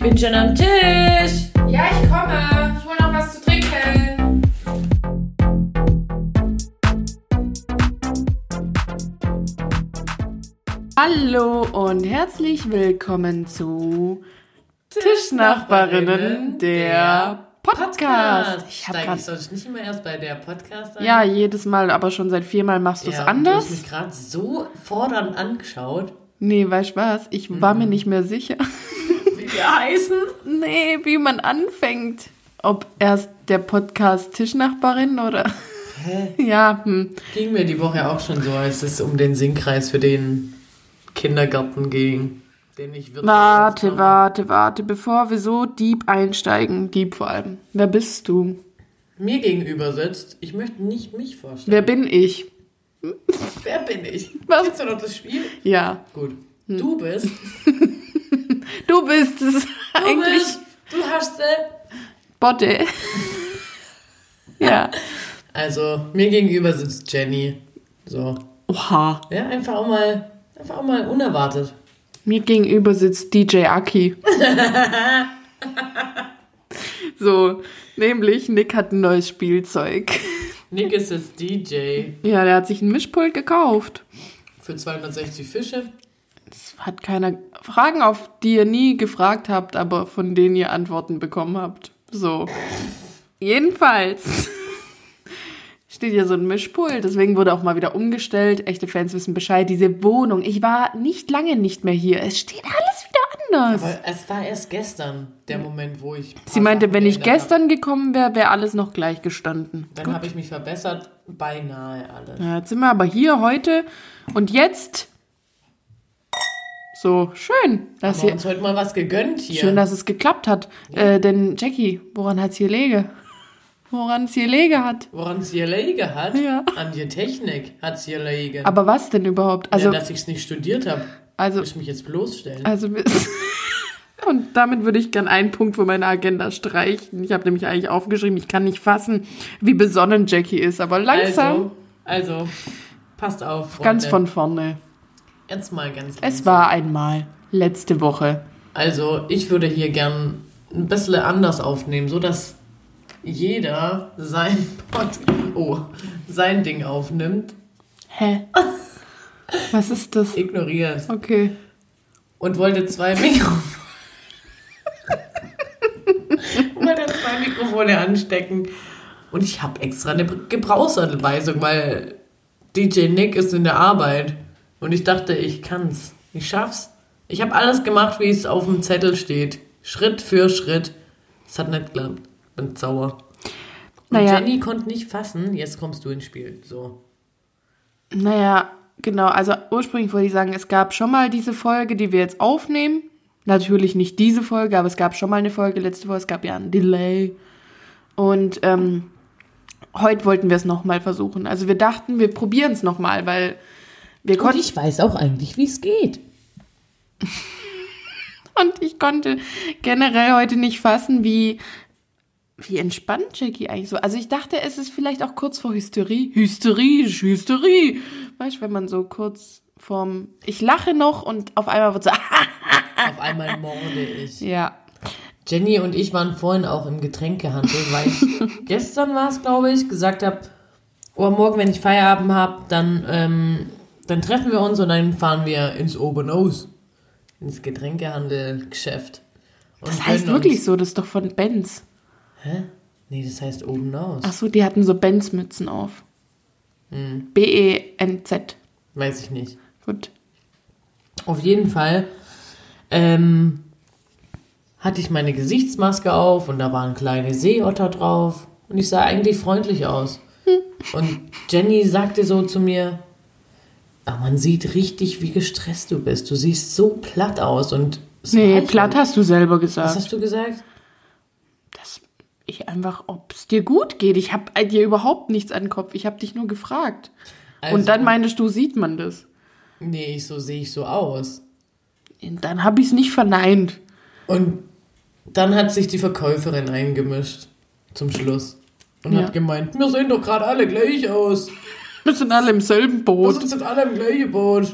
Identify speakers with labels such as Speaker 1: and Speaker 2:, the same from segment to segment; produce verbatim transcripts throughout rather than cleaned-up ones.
Speaker 1: bin schon am Tisch.
Speaker 2: Ja, ich komme. Ich hole noch was zu trinken.
Speaker 3: Hallo und herzlich willkommen zu Tischnachbarinnen, der Podcast.
Speaker 1: Ich habe gerade sonst nicht immer erst bei der Podcast sein.
Speaker 3: Ja, jedes Mal, aber schon seit viermal machst du es
Speaker 1: ja,
Speaker 3: anders.
Speaker 1: Du hast mich gerade so fordernd angeschaut.
Speaker 3: Nee, weißt du was? Ich mhm. war mir nicht mehr sicher.
Speaker 1: Wie wir heißen?
Speaker 3: Nee, wie man anfängt. Ob erst der Podcast Tischnachbarin oder...
Speaker 1: Hä?
Speaker 3: Ja. Hm.
Speaker 1: Ging mir die Woche auch schon so, als es um den Singkreis für den Kindergarten ging. Den ich wirklich
Speaker 3: warte, warte, warte. Bevor wir so deep einsteigen, deep vor allem. Wer bist du?
Speaker 1: Mir gegenüber sitzt. Ich möchte nicht mich vorstellen.
Speaker 3: Wer bin ich?
Speaker 1: Wer bin ich?
Speaker 3: Was?
Speaker 1: Kennst du noch das Spiel?
Speaker 3: Ja.
Speaker 1: Gut. Hm. Du bist...
Speaker 3: Du bist es
Speaker 1: du
Speaker 3: eigentlich...
Speaker 1: Bist, du hast sie...
Speaker 3: Botte. Ja.
Speaker 1: Also, mir gegenüber sitzt Jenny. So.
Speaker 3: Oha.
Speaker 1: Ja, einfach auch mal, einfach auch mal unerwartet.
Speaker 3: Mir gegenüber sitzt D J Aki. So, nämlich Nick hat ein neues Spielzeug.
Speaker 1: Nick ist jetzt D J.
Speaker 3: Ja, der hat sich ein Mischpult gekauft.
Speaker 1: Für zweihundertsechzig Fische.
Speaker 3: Das hat keiner... Fragen, auf die ihr nie gefragt habt, aber von denen ihr Antworten bekommen habt. So. Jedenfalls steht hier so ein Mischpult, deswegen wurde auch mal wieder umgestellt. Echte Fans wissen Bescheid. Diese Wohnung, ich war nicht lange nicht mehr hier. Es steht alles wieder anders.
Speaker 1: Aber es war erst gestern der Moment, wo ich...
Speaker 3: Sie meinte, wenn ich gestern hab. gekommen wäre, wäre alles noch gleich gestanden.
Speaker 1: Dann habe ich mich verbessert. Beinahe alles.
Speaker 3: Ja, jetzt sind wir aber hier heute und jetzt... So, schön. Dass
Speaker 1: haben wir uns heute mal was gegönnt hier.
Speaker 3: Schön, dass es geklappt hat. Ja. Äh, denn, Jackie, woran hat es hier lege? Woran es hier lege hat?
Speaker 1: Woran es hier lege hat?
Speaker 3: Ja.
Speaker 1: An die Technik hat es hier lege.
Speaker 3: Aber was denn überhaupt? Also,
Speaker 1: ja, dass ich es nicht studiert habe.
Speaker 3: Also,
Speaker 1: muss ich mich jetzt bloßstellen.
Speaker 3: Also, und damit würde ich gern einen Punkt von meiner Agenda streichen. Ich habe nämlich eigentlich aufgeschrieben, ich kann nicht fassen, wie besonnen Jackie ist. Aber langsam.
Speaker 1: Also, also passt auf, Freunde.
Speaker 3: Ganz von vorne.
Speaker 1: Jetzt mal ganz langsam.
Speaker 3: Es war einmal letzte Woche.
Speaker 1: Also, ich würde hier gern ein bisschen anders aufnehmen, so dass jeder sein Pod oh, sein Ding aufnimmt.
Speaker 3: Hä? Was ist das?
Speaker 1: Ignorier's.
Speaker 3: Okay.
Speaker 1: Und wollte zwei Mikrofone wollte zwei Mikrofone anstecken. Und ich habe extra eine Gebrauchsanweisung, weil D J Nick ist in der Arbeit. Und ich dachte, ich kann's. Ich schaff's. Ich habe alles gemacht, wie es auf dem Zettel steht. Schritt für Schritt. Es hat nicht geklappt. Bin sauer. Und naja. Jenny konnte nicht fassen. Jetzt kommst du ins Spiel. So.
Speaker 3: Naja, genau. Also ursprünglich wollte ich sagen, es gab schon mal diese Folge, die wir jetzt aufnehmen. Natürlich nicht diese Folge, aber es gab schon mal eine Folge letzte Woche. Es gab ja einen Delay. Und ähm, heute wollten wir es nochmal versuchen. Also wir dachten, wir probieren es nochmal, weil... Wir
Speaker 1: Und ich weiß auch eigentlich, wie es geht.
Speaker 3: Und ich konnte generell heute nicht fassen, wie, wie entspannt Jackie eigentlich so. Also ich dachte, es ist vielleicht auch kurz vor Hysterie. Hysterie, Hysterie. Weißt du, wenn man so kurz vorm... Ich lache noch und auf einmal wird so...
Speaker 1: Auf einmal morde ich.
Speaker 3: Ja.
Speaker 1: Jenny und ich waren vorhin auch im Getränkehandel, weil ich gestern war es, glaube ich, gesagt habe, oh, morgen, wenn ich Feierabend habe, dann... Ähm, Dann treffen wir uns und dann fahren wir ins Open House, ins Getränkehandelgeschäft. Und
Speaker 3: das heißt wirklich so, das ist doch von Benz.
Speaker 1: Hä? Nee, das heißt Open House.
Speaker 3: Ach so, die hatten so Benz-Mützen auf.
Speaker 1: Hm.
Speaker 3: B E N Z.
Speaker 1: Weiß ich nicht.
Speaker 3: Gut.
Speaker 1: Auf jeden Fall ähm, hatte ich meine Gesichtsmaske auf und da waren kleine Seeotter drauf und ich sah eigentlich freundlich aus. Hm. Und Jenny sagte so zu mir, aber man sieht richtig, wie gestresst du bist. Du siehst so platt aus. Und
Speaker 3: nee, platt hast du selber gesagt.
Speaker 1: Was hast du gesagt?
Speaker 3: Dass ich einfach, ob es dir gut geht. Ich habe dir überhaupt nichts an den Kopf. Ich habe dich nur gefragt. Also, und dann meintest du, sieht man das?
Speaker 1: Nee, so sehe ich so aus.
Speaker 3: Und dann habe ich es nicht verneint.
Speaker 1: Und dann hat sich die Verkäuferin eingemischt. Zum Schluss. Und ja. hat gemeint, wir sehen doch gerade alle gleich aus.
Speaker 3: Wir sind alle im selben Boot.
Speaker 1: Wir sind alle im gleichen Boot.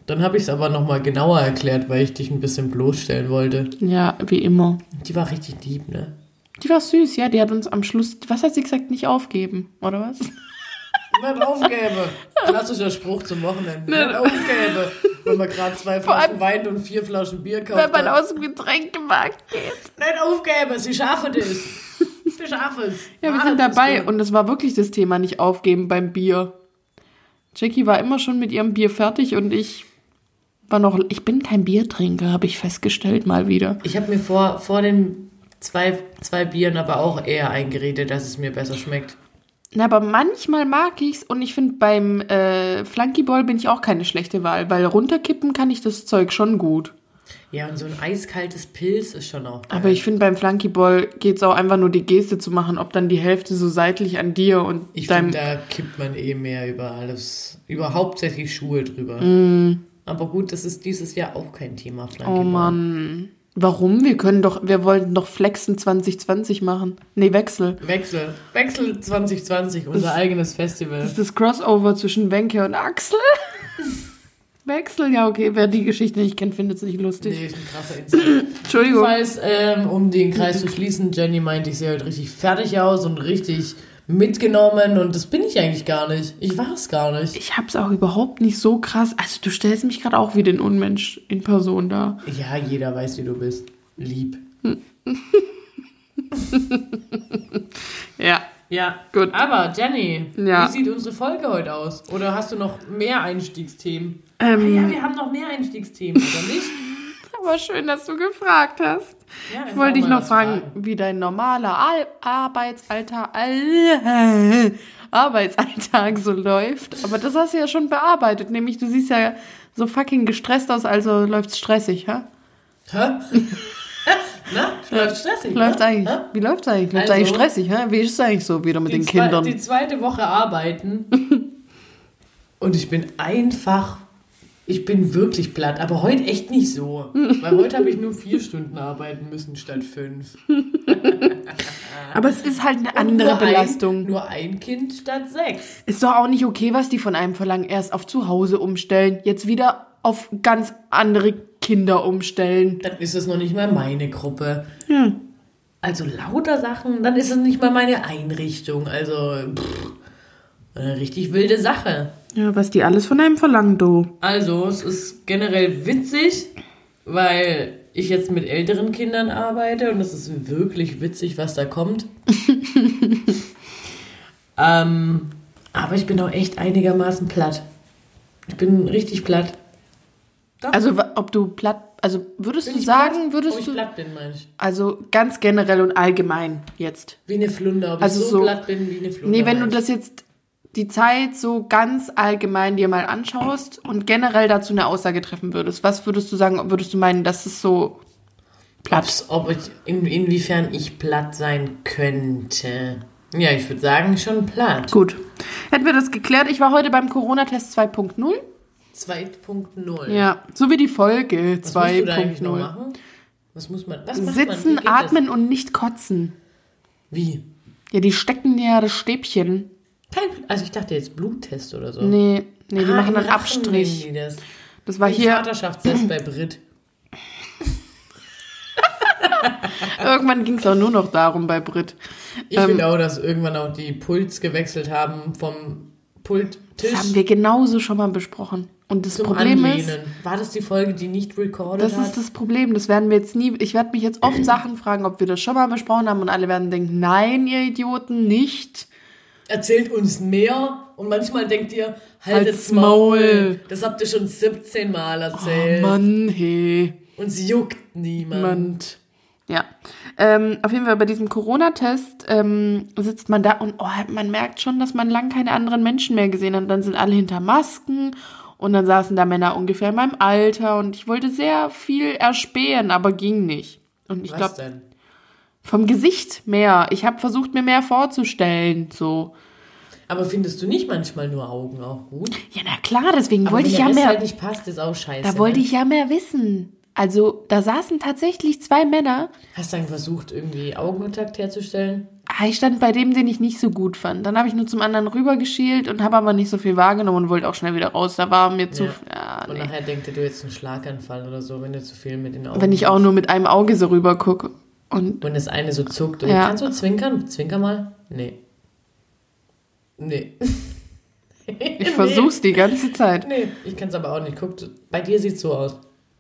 Speaker 1: Dann habe ich es aber nochmal genauer erklärt, weil ich dich ein bisschen bloßstellen wollte.
Speaker 3: Ja, wie immer.
Speaker 1: Die war richtig lieb, ne?
Speaker 3: Die war süß, ja. Die hat uns am Schluss, was hat sie gesagt, nicht aufgeben, oder was?
Speaker 1: Nicht aufgebe. Klassischer Spruch zum Wochenende. Nicht aufgebe. Wenn man gerade zwei Flaschen Wein und vier Flaschen Bier kauft.
Speaker 3: Wenn man aus dem Getränkemarkt geht.
Speaker 1: Nicht aufgebe, sie schaffen das. Sie schaffen es.
Speaker 3: Ja, wir sind dabei. Und es war wirklich das Thema, nicht aufgeben beim Bier. Jackie war immer schon mit ihrem Bier fertig und ich war noch, ich bin kein Biertrinker, habe ich festgestellt mal wieder.
Speaker 1: Ich habe mir vor, vor den zwei, zwei Bieren aber auch eher eingeredet, dass es mir besser schmeckt.
Speaker 3: Na, aber manchmal mag ich's und ich finde, beim äh, Flunkyball bin ich auch keine schlechte Wahl, weil runterkippen kann ich das Zeug schon gut.
Speaker 1: Ja, und so ein eiskaltes Pilz ist schon auch geil.
Speaker 3: Aber ich finde, beim Flunkyball geht's auch einfach nur die Geste zu machen, ob dann die Hälfte so seitlich an dir und
Speaker 1: ich
Speaker 3: deinem...
Speaker 1: Ich finde, da kippt man eh mehr über alles, über hauptsächlich Schuhe drüber.
Speaker 3: Mm.
Speaker 1: Aber gut, das ist dieses Jahr auch kein Thema, Flunkyball.
Speaker 3: Oh Mann. Warum? Wir können doch, wir wollten doch Flexen zwanzig zwanzig machen. Nee, Wechsel.
Speaker 1: Wechsel. Wechsel zwanzig zwanzig, unser das, eigenes Festival.
Speaker 3: Das ist das Crossover zwischen Wenke und Axel. Wechsel, ja okay, wer die Geschichte nicht kennt, findet es nicht lustig. Nee, ist ein krasser Insight. Entschuldigung.
Speaker 1: Jedenfalls, ähm, um den Kreis zu schließen, Jenny meinte, ich sehe heute richtig fertig aus und richtig mitgenommen und das bin ich eigentlich gar nicht. Ich war es gar nicht.
Speaker 3: Ich hab's auch überhaupt nicht so krass. Also du stellst mich gerade auch wie den Unmensch in Person dar.
Speaker 1: Ja, jeder weiß, wie du bist. Lieb.
Speaker 3: Ja.
Speaker 1: Ja,
Speaker 3: gut.
Speaker 1: Aber Jenny,
Speaker 3: ja.
Speaker 1: Wie sieht unsere Folge heute aus? Oder hast du noch mehr Einstiegsthemen?
Speaker 3: Ähm,
Speaker 1: ah ja, wir haben noch mehr Einstiegsthemen, oder nicht?
Speaker 3: Aber schön, dass du gefragt hast. Ja, ich wollte dich noch fragen, fragen, wie dein normaler Al- Arbeitsalltag, Al- Arbeitsalltag so läuft. Aber das hast du ja schon bearbeitet. Nämlich, du siehst ja so fucking gestresst aus, also läuft's stressig, hä?
Speaker 1: Hä? Na, läuft stressig,
Speaker 3: läuft
Speaker 1: ne?
Speaker 3: eigentlich,
Speaker 1: Hä?
Speaker 3: Wie läuft's eigentlich? Läuft's
Speaker 1: also,
Speaker 3: eigentlich stressig, hä? Wie ist es eigentlich so wieder mit den
Speaker 1: zwei,
Speaker 3: Kindern?
Speaker 1: Die zweite Woche arbeiten und ich bin einfach, ich bin wirklich platt, aber heute echt nicht so. Weil heute habe ich nur vier Stunden arbeiten müssen statt fünf.
Speaker 3: Aber es ist halt eine andere
Speaker 1: nur
Speaker 3: Belastung.
Speaker 1: Ein, nur ein Kind statt sechs.
Speaker 3: Ist doch auch nicht okay, was die von einem verlangen. Erst auf zu Hause umstellen, jetzt wieder auf ganz andere Kinder umstellen.
Speaker 1: Dann ist es noch nicht mal meine Gruppe.
Speaker 3: Hm.
Speaker 1: Also lauter Sachen, dann ist es nicht mal meine Einrichtung. Also pff, eine richtig wilde Sache.
Speaker 3: Ja, was die alles von einem verlangen, du.
Speaker 1: Also es ist generell witzig, weil ich jetzt mit älteren Kindern arbeite und es ist wirklich witzig, was da kommt. ähm, aber ich bin auch echt einigermaßen platt. Ich bin richtig platt. Doch.
Speaker 3: Also ob du platt, also würdest
Speaker 1: bin
Speaker 3: du sagen,
Speaker 1: platt?
Speaker 3: würdest
Speaker 1: ob ich
Speaker 3: du...
Speaker 1: platt bin, meine ich.
Speaker 3: Also ganz generell und allgemein jetzt.
Speaker 1: Wie eine Flunder, ob
Speaker 3: also
Speaker 1: ich so,
Speaker 3: so
Speaker 1: platt bin wie eine Flunder.
Speaker 3: Nee, wenn du das jetzt die Zeit so ganz allgemein dir mal anschaust und generell dazu eine Aussage treffen würdest, was würdest du sagen, würdest du meinen, dass es so platt?
Speaker 1: Ob ich, in, inwiefern ich platt sein könnte. Ja, ich würde sagen, schon platt.
Speaker 3: Gut. Hätten wir das geklärt. Ich war heute beim Corona-Test zwei Punkt null.
Speaker 1: zwei Punkt null.
Speaker 3: Ja, so wie die Folge zwei Punkt null.
Speaker 1: machen? Was muss man? Was macht
Speaker 3: Sitzen,
Speaker 1: man?
Speaker 3: atmen das? Und nicht kotzen.
Speaker 1: Wie?
Speaker 3: Ja, die stecken ja das Stäbchen.
Speaker 1: Kein, also ich dachte jetzt Bluttest oder so.
Speaker 3: Nee, nee, die
Speaker 1: ah,
Speaker 3: machen einen Abstrich.
Speaker 1: Das.
Speaker 3: das war
Speaker 1: Ein
Speaker 3: hier.
Speaker 1: Vaterschaftstest bei Brit.
Speaker 3: Irgendwann ging es auch nur noch darum bei Brit.
Speaker 1: Ich ähm, finde auch, dass irgendwann auch die Puls gewechselt haben vom Pulttisch.
Speaker 3: Das haben wir genauso schon mal besprochen. Und das
Speaker 1: zum
Speaker 3: Problem
Speaker 1: Anlehnen.
Speaker 3: ist...
Speaker 1: War das die Folge, die nicht recorded
Speaker 3: das
Speaker 1: hat?
Speaker 3: Das ist das Problem. Das werden wir jetzt nie... Ich werde mich jetzt oft Sachen fragen, ob wir das schon mal besprochen haben und alle werden denken, nein, ihr Idioten, nicht.
Speaker 1: Erzählt uns mehr und manchmal denkt ihr, haltet's
Speaker 3: Halt's Maul.
Speaker 1: Maul. Das habt ihr schon siebzehn Mal erzählt.
Speaker 3: Oh Mann, hey.
Speaker 1: Uns juckt niemand.
Speaker 3: Niemand. Ja, ähm, auf jeden Fall bei diesem Corona-Test ähm, sitzt man da und oh, man merkt schon, dass man lang keine anderen Menschen mehr gesehen hat. Und dann sind alle hinter Masken und dann saßen da Männer ungefähr in meinem Alter und ich wollte sehr viel erspähen, aber ging nicht. Und ich glaube, vom Gesicht mehr. Ich habe versucht, mir mehr vorzustellen, so.
Speaker 1: Aber findest du nicht manchmal nur Augen auch gut?
Speaker 3: Ja, na klar, deswegen
Speaker 1: aber
Speaker 3: wollte ich ja
Speaker 1: mehr.
Speaker 3: mehr.
Speaker 1: Wenn halt nicht passt, ist auch scheiße.
Speaker 3: Da wollte
Speaker 1: ne?
Speaker 3: ich ja mehr wissen. Also, da saßen tatsächlich zwei Männer.
Speaker 1: Hast du dann versucht, irgendwie Augenkontakt herzustellen?
Speaker 3: Ich stand bei dem, den ich nicht so gut fand. Dann habe ich nur zum anderen rübergeschielt und habe aber nicht so viel wahrgenommen und wollte auch schnell wieder raus. Da war mir zu...
Speaker 1: Ja.
Speaker 3: Ja,
Speaker 1: Und
Speaker 3: nee.
Speaker 1: nachher denkt er, du hättest einen Schlaganfall oder so, wenn du zu viel mit den Augen
Speaker 3: Wenn ich auch nur mit einem Auge so rüber gucke. Und
Speaker 1: Und das eine so zuckt. Und
Speaker 3: Ja.
Speaker 1: kannst du zwinkern? Zwinker mal? Nee. Nee.
Speaker 3: ich versuch's die ganze Zeit.
Speaker 1: Nee, ich kann es aber auch nicht. Guck, bei dir sieht's so aus.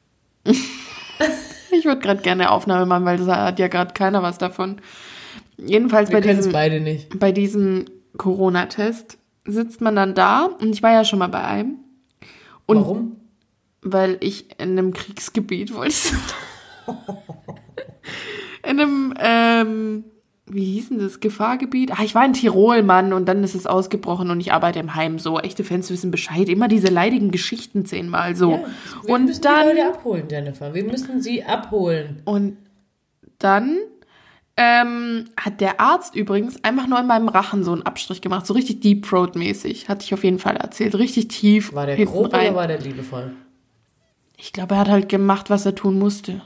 Speaker 3: Ich würde gerade gerne eine Aufnahme machen, weil da hat ja gerade keiner was davon. Jedenfalls
Speaker 1: Wir
Speaker 3: bei
Speaker 1: können es
Speaker 3: diesem,
Speaker 1: beide nicht.
Speaker 3: bei diesem Corona-Test sitzt man dann da und ich war ja schon mal bei einem. Und
Speaker 1: Warum?
Speaker 3: Weil ich in einem Kriegsgebiet wollte. in einem, ähm, wie hieß denn das, Gefahrgebiet? Ah, ich war in Tirol, Mann, und dann ist es ausgebrochen und ich arbeite im Heim. So, echte Fans wissen Bescheid. Immer diese leidigen Geschichten zehnmal so.
Speaker 1: Ja, wir
Speaker 3: und
Speaker 1: müssen
Speaker 3: dann,
Speaker 1: die Leute abholen, Jennifer. Wir müssen sie abholen.
Speaker 3: und dann ähm, hat der Arzt übrigens einfach nur in meinem Rachen so einen Abstrich gemacht. So richtig Deep Throat-mäßig. Hatte ich auf jeden Fall erzählt. Richtig tief
Speaker 1: War der
Speaker 3: hinten
Speaker 1: grob
Speaker 3: rein.
Speaker 1: oder war der liebevoll?
Speaker 3: Ich glaube, er hat halt gemacht, was er tun musste.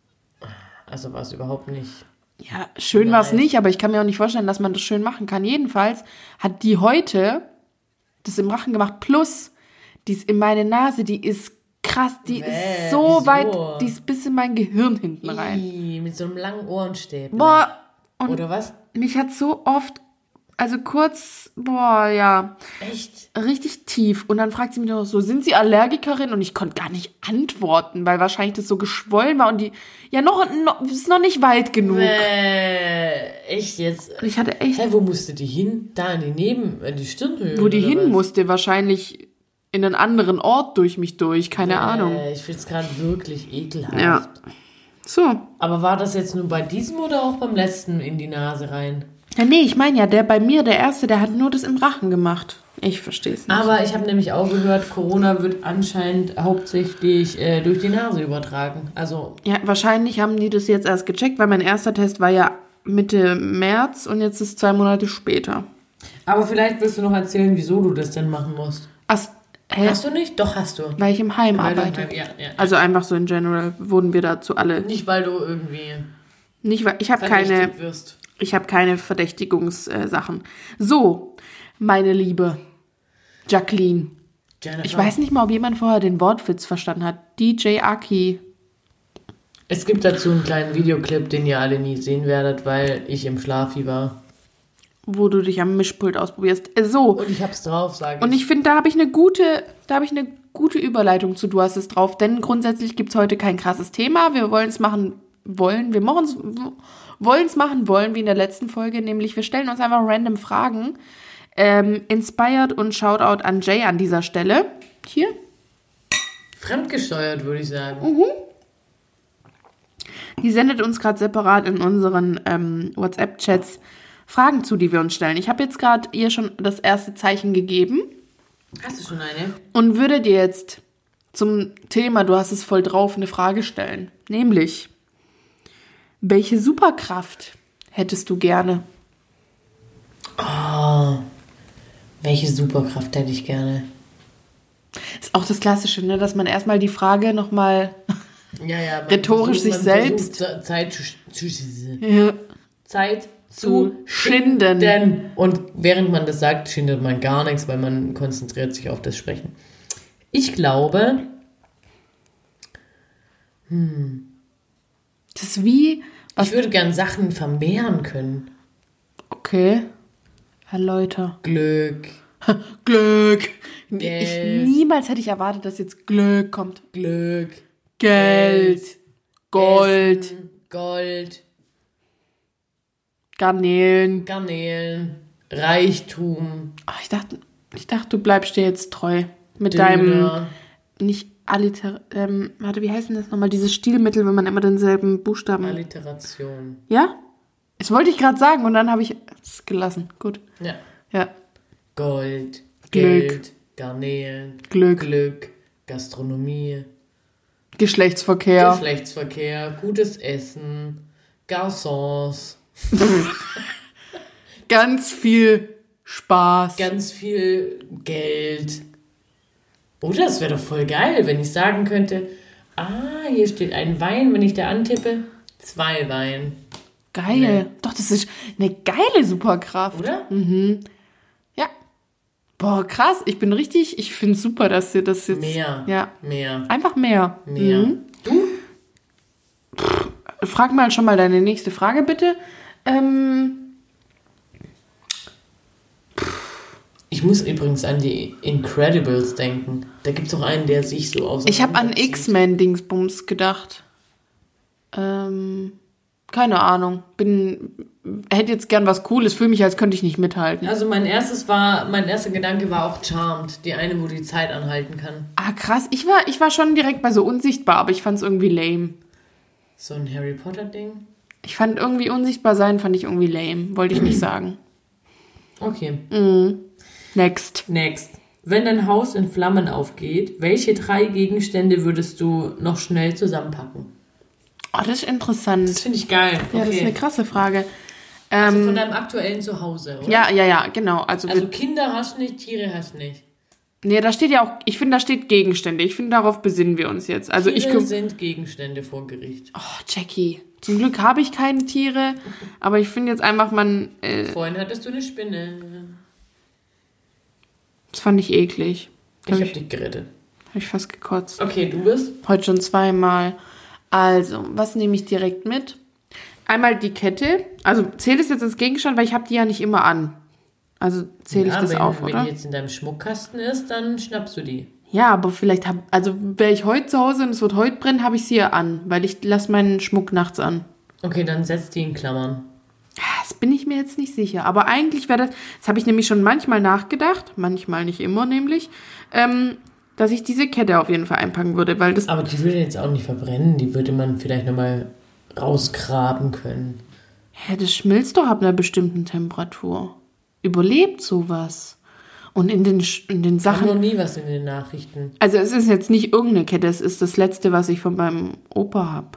Speaker 1: Also war es überhaupt nicht.
Speaker 3: Ja, schön war es
Speaker 1: Nein.
Speaker 3: nicht, aber ich kann mir auch nicht vorstellen, dass man das schön machen kann. Jedenfalls hat die heute das im Rachen gemacht, plus die ist in meine Nase, die ist krass, die
Speaker 1: Bäh,
Speaker 3: ist so
Speaker 1: wieso?
Speaker 3: weit, die ist bis in mein Gehirn hinten rein.
Speaker 1: Ih, mit so einem langen Ohrenstäbchen.
Speaker 3: Boah, und
Speaker 1: Oder was?
Speaker 3: mich hat so oft, also kurz, boah, ja,
Speaker 1: Echt?
Speaker 3: richtig tief. Und dann fragt sie mich noch so, sind Sie Allergikerin? Und ich konnte gar nicht antworten, weil wahrscheinlich das so geschwollen war und die, ja, noch, noch ist noch nicht weit genug.
Speaker 1: Äh, echt jetzt?
Speaker 3: Ich hatte echt,
Speaker 1: Hä, wo musste die hin? Da in die Neben, in die Stirnhöhle?
Speaker 3: wo die
Speaker 1: oder
Speaker 3: hin
Speaker 1: was?
Speaker 3: musste, wahrscheinlich in einen anderen Ort durch mich durch, keine
Speaker 1: Äh,
Speaker 3: Ahnung.
Speaker 1: Ich find's gerade wirklich ekelhaft.
Speaker 3: Ja. So.
Speaker 1: Aber war das jetzt nur bei diesem oder auch beim letzten in die Nase rein?
Speaker 3: Ja, nee, ich meine ja, der bei mir, der Erste, der hat nur das im Rachen gemacht. Ich verstehe es nicht.
Speaker 1: Aber ich habe nämlich auch gehört, Corona wird anscheinend hauptsächlich äh, durch die Nase übertragen. Also,
Speaker 3: Ja, wahrscheinlich haben die das jetzt erst gecheckt, weil mein erster Test war ja Mitte März und jetzt ist zwei Monate später.
Speaker 1: aber vielleicht willst du noch erzählen, wieso du das denn machen musst.
Speaker 3: Ach, hä?
Speaker 1: Hast du nicht? Doch, hast du.
Speaker 3: Weil ich im Heim
Speaker 1: Weil du-
Speaker 3: arbeite.
Speaker 1: Ja, ja.
Speaker 3: Also einfach so in general wurden wir dazu alle.
Speaker 1: Nicht, weil du irgendwie
Speaker 3: Nicht, weil ich habe keine,
Speaker 1: verdächtigt wirst.
Speaker 3: ich habe keine Verdächtigungssachen. So, meine Liebe Jacqueline.
Speaker 1: Jennifer.
Speaker 3: Ich weiß nicht mal, ob jemand vorher den Wortwitz verstanden hat. D J Aki.
Speaker 1: Es gibt dazu einen kleinen Videoclip, den ihr alle nie sehen werdet, weil ich im Schlafi war.
Speaker 3: Wo du dich am Mischpult ausprobierst. Äh, So.
Speaker 1: Und ich hab's drauf, sage ich.
Speaker 3: Und ich finde, da habe ich eine gute, da habe ich eine gute Überleitung zu Du hast es drauf, denn grundsätzlich gibt es heute kein krasses Thema. Wir wollen es machen wollen, wir machen es wollen es machen wollen, wie in der letzten Folge, nämlich wir stellen uns einfach random Fragen. Ähm, inspired und Shoutout an Jay an dieser Stelle. Hier.
Speaker 1: Fremdgesteuert, würde ich sagen.
Speaker 3: Die sendet uns gerade separat in unseren ähm, WhatsApp-Chats Fragen zu, die wir uns stellen. Ich habe jetzt gerade ihr schon das erste Zeichen gegeben.
Speaker 1: Hast du schon eine?
Speaker 3: Und würde dir jetzt zum Thema, du hast es voll drauf, eine Frage stellen. Nämlich, welche Superkraft hättest du gerne?
Speaker 1: Oh, welche Superkraft hätte ich gerne?
Speaker 3: Ist auch das Klassische, ne? Dass man erstmal die Frage nochmal
Speaker 1: Ja, ja. man
Speaker 3: Rhetorisch
Speaker 1: versucht-
Speaker 3: sich
Speaker 1: man
Speaker 3: selbst-
Speaker 1: versucht, Zeit zu, zu,
Speaker 3: ja,
Speaker 1: Zeit
Speaker 3: zu
Speaker 1: zu
Speaker 3: schinden.
Speaker 1: schinden. Und während man das sagt, schindet man gar nichts, weil man konzentriert sich auf das Sprechen. Ich glaube,
Speaker 3: das ist wie,
Speaker 1: ich würde gern Sachen vermehren können.
Speaker 3: okay, erläuter.
Speaker 1: Glück,
Speaker 3: Glück. Ich,
Speaker 1: Geld.
Speaker 3: niemals hätte ich erwartet, dass jetzt Glück kommt.
Speaker 1: Glück,
Speaker 3: Geld, Gold,
Speaker 1: Essen, Gold,
Speaker 3: Garnelen.
Speaker 1: Garnelen, Reichtum,
Speaker 3: Ach, ich dachte, ich dachte, du bleibst dir jetzt treu. Mit
Speaker 1: Döner.
Speaker 3: deinem, nicht alliter, ähm, warte, wie heißt denn das nochmal? Dieses Stilmittel, wenn man immer denselben Buchstaben.
Speaker 1: Alliteration.
Speaker 3: Ja? Das wollte ich gerade sagen und dann habe ich es gelassen. Gut.
Speaker 1: Ja.
Speaker 3: Ja.
Speaker 1: Gold,
Speaker 3: Glück.
Speaker 1: Geld, Garnelen,
Speaker 3: Glück.
Speaker 1: Glück, Gastronomie,
Speaker 3: Geschlechtsverkehr.
Speaker 1: Geschlechtsverkehr, gutes Essen, Garçons,
Speaker 3: Ganz viel Spaß.
Speaker 1: ganz viel Geld. Oder es wäre doch voll geil, wenn ich sagen könnte, ah, hier steht ein Wein, wenn ich da antippe, zwei Wein.
Speaker 3: Geil.
Speaker 1: Nee.
Speaker 3: Doch, das ist eine geile Superkraft.
Speaker 1: Oder?
Speaker 3: Ja. Boah, krass. Ich bin richtig, ich finde es super, dass ihr das jetzt...
Speaker 1: Mehr.
Speaker 3: Ja.
Speaker 1: Mehr.
Speaker 3: Einfach mehr.
Speaker 1: Mehr.
Speaker 3: Mhm.
Speaker 1: Du?
Speaker 3: Frag mal schon mal deine nächste Frage, bitte. Ähm...
Speaker 1: Ich muss übrigens an die Incredibles denken. Da gibt es auch einen, der sich so aus.
Speaker 3: Ich habe an X-Men-Dingsbums gedacht. Ähm, keine Ahnung. Bin, hätte jetzt gern was Cooles, fühle mich, als könnte ich nicht mithalten.
Speaker 1: Also mein erstes war, mein erster Gedanke war auch Charmed, die eine, wo die Zeit anhalten kann.
Speaker 3: Ah, krass. Ich war, ich war schon direkt bei so unsichtbar, aber ich fand es irgendwie lame.
Speaker 1: So ein Harry Potter-Ding?
Speaker 3: Ich fand irgendwie unsichtbar sein, fand ich irgendwie lame. Wollte ich nicht sagen.
Speaker 1: Okay.
Speaker 3: Mhm. Next.
Speaker 1: Next. Wenn dein Haus in Flammen aufgeht, welche drei Gegenstände würdest du noch schnell zusammenpacken?
Speaker 3: Oh, das ist interessant.
Speaker 1: Das finde ich geil.
Speaker 3: Ja,
Speaker 1: okay.
Speaker 3: das ist eine krasse Frage.
Speaker 1: Also
Speaker 3: Ähm,
Speaker 1: von deinem aktuellen Zuhause, oder?
Speaker 3: ja, ja, ja, genau. Also,
Speaker 1: Also
Speaker 3: wir,
Speaker 1: Kinder hast du nicht, Tiere hast du nicht.
Speaker 3: nee, da steht ja auch, ich finde, da steht Gegenstände. Ich finde, darauf besinnen wir uns jetzt. Also
Speaker 1: Tiere
Speaker 3: ich küm-
Speaker 1: sind Gegenstände vor Gericht.
Speaker 3: Oh, Jackie. Zum Glück habe ich keine Tiere, aber ich finde jetzt einfach, man, äh,
Speaker 1: Vorhin hattest du eine Spinne.
Speaker 3: das fand ich eklig.
Speaker 1: Ich
Speaker 3: Da
Speaker 1: habe
Speaker 3: habe ich,
Speaker 1: dich gerettet.
Speaker 3: hab ich fast gekotzt.
Speaker 1: Okay, du bist?
Speaker 3: Heute schon zweimal. Also, was nehme ich direkt mit? Einmal die Kette. Also zähle es jetzt als Gegenstand, weil ich habe die ja nicht immer an. Also zähle ich
Speaker 1: Ja,
Speaker 3: das
Speaker 1: wenn,
Speaker 3: auf,
Speaker 1: wenn
Speaker 3: oder?
Speaker 1: die jetzt in deinem Schmuckkasten ist, dann schnappst du die.
Speaker 3: Ja, aber vielleicht habe, also wäre ich heute zu Hause und es wird heute brennen, habe ich sie ja an, weil ich lasse meinen Schmuck nachts an.
Speaker 1: Okay, dann setz die in Klammern.
Speaker 3: Das bin ich mir jetzt nicht sicher. Aber eigentlich wäre das, das habe ich nämlich schon manchmal nachgedacht, manchmal nicht immer nämlich, ähm, dass ich diese Kette auf jeden Fall einpacken würde, weil das...
Speaker 1: Aber die würde jetzt auch nicht verbrennen. Die würde man vielleicht nochmal rausgraben können.
Speaker 3: Hä, das schmilzt doch ab einer bestimmten Temperatur. Überlebt sowas. Und in den, Sch- in den
Speaker 1: Ich habe noch
Speaker 3: Sachen...
Speaker 1: nie was in den Nachrichten.
Speaker 3: Also es ist jetzt nicht irgendeine Kette, es ist das Letzte, was ich von meinem Opa habe.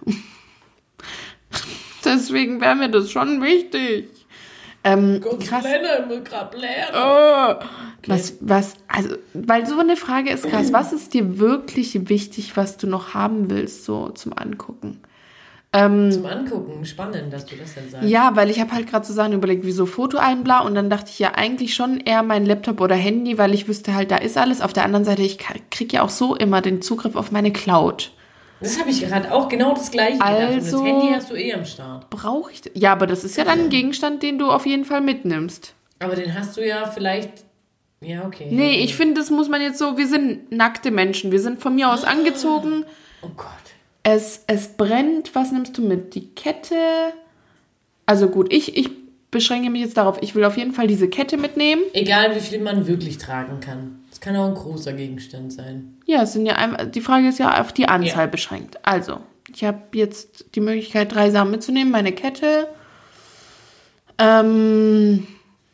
Speaker 3: Deswegen wäre mir das schon wichtig. Ähm, krass. Oh, was, was, also, weil so eine Frage ist krass. Was ist dir wirklich wichtig, was du noch haben willst, so zum Angucken? Ähm,
Speaker 1: Zum Angucken, spannend, dass du das dann sagst.
Speaker 3: ja, weil ich habe halt gerade so Sachen überlegt, wie so Fotoalben, bla, und dann dachte ich ja eigentlich schon eher mein Laptop oder Handy, weil ich wüsste halt, da ist alles. Auf der anderen Seite, ich kriege ja auch so immer den Zugriff auf meine Cloud.
Speaker 1: Das habe ich gerade auch genau das Gleiche gedacht. Und
Speaker 3: Also-
Speaker 1: das Handy hast du eh am Start.
Speaker 3: Brauche ich... Ja, aber das ist ja dann ein Gegenstand, den du auf jeden Fall mitnimmst.
Speaker 1: Aber den hast du ja vielleicht... Ja, okay.
Speaker 3: Nee, ich finde, das muss man jetzt so... Wir sind nackte Menschen. Wir sind von mir aus angezogen.
Speaker 1: Oh Gott.
Speaker 3: Es, es brennt. Was nimmst du mit? Die Kette? Also gut, ich, ich beschränke mich jetzt darauf. Ich will auf jeden Fall diese Kette mitnehmen.
Speaker 1: Egal, wie viel man wirklich tragen kann. Es kann auch ein großer Gegenstand sein.
Speaker 3: Ja, es sind ja einmal, die Frage ist ja auf die Anzahl
Speaker 1: Ja.
Speaker 3: beschränkt. Also, ich habe jetzt die Möglichkeit, drei Sachen mitzunehmen. Meine Kette. Ähm,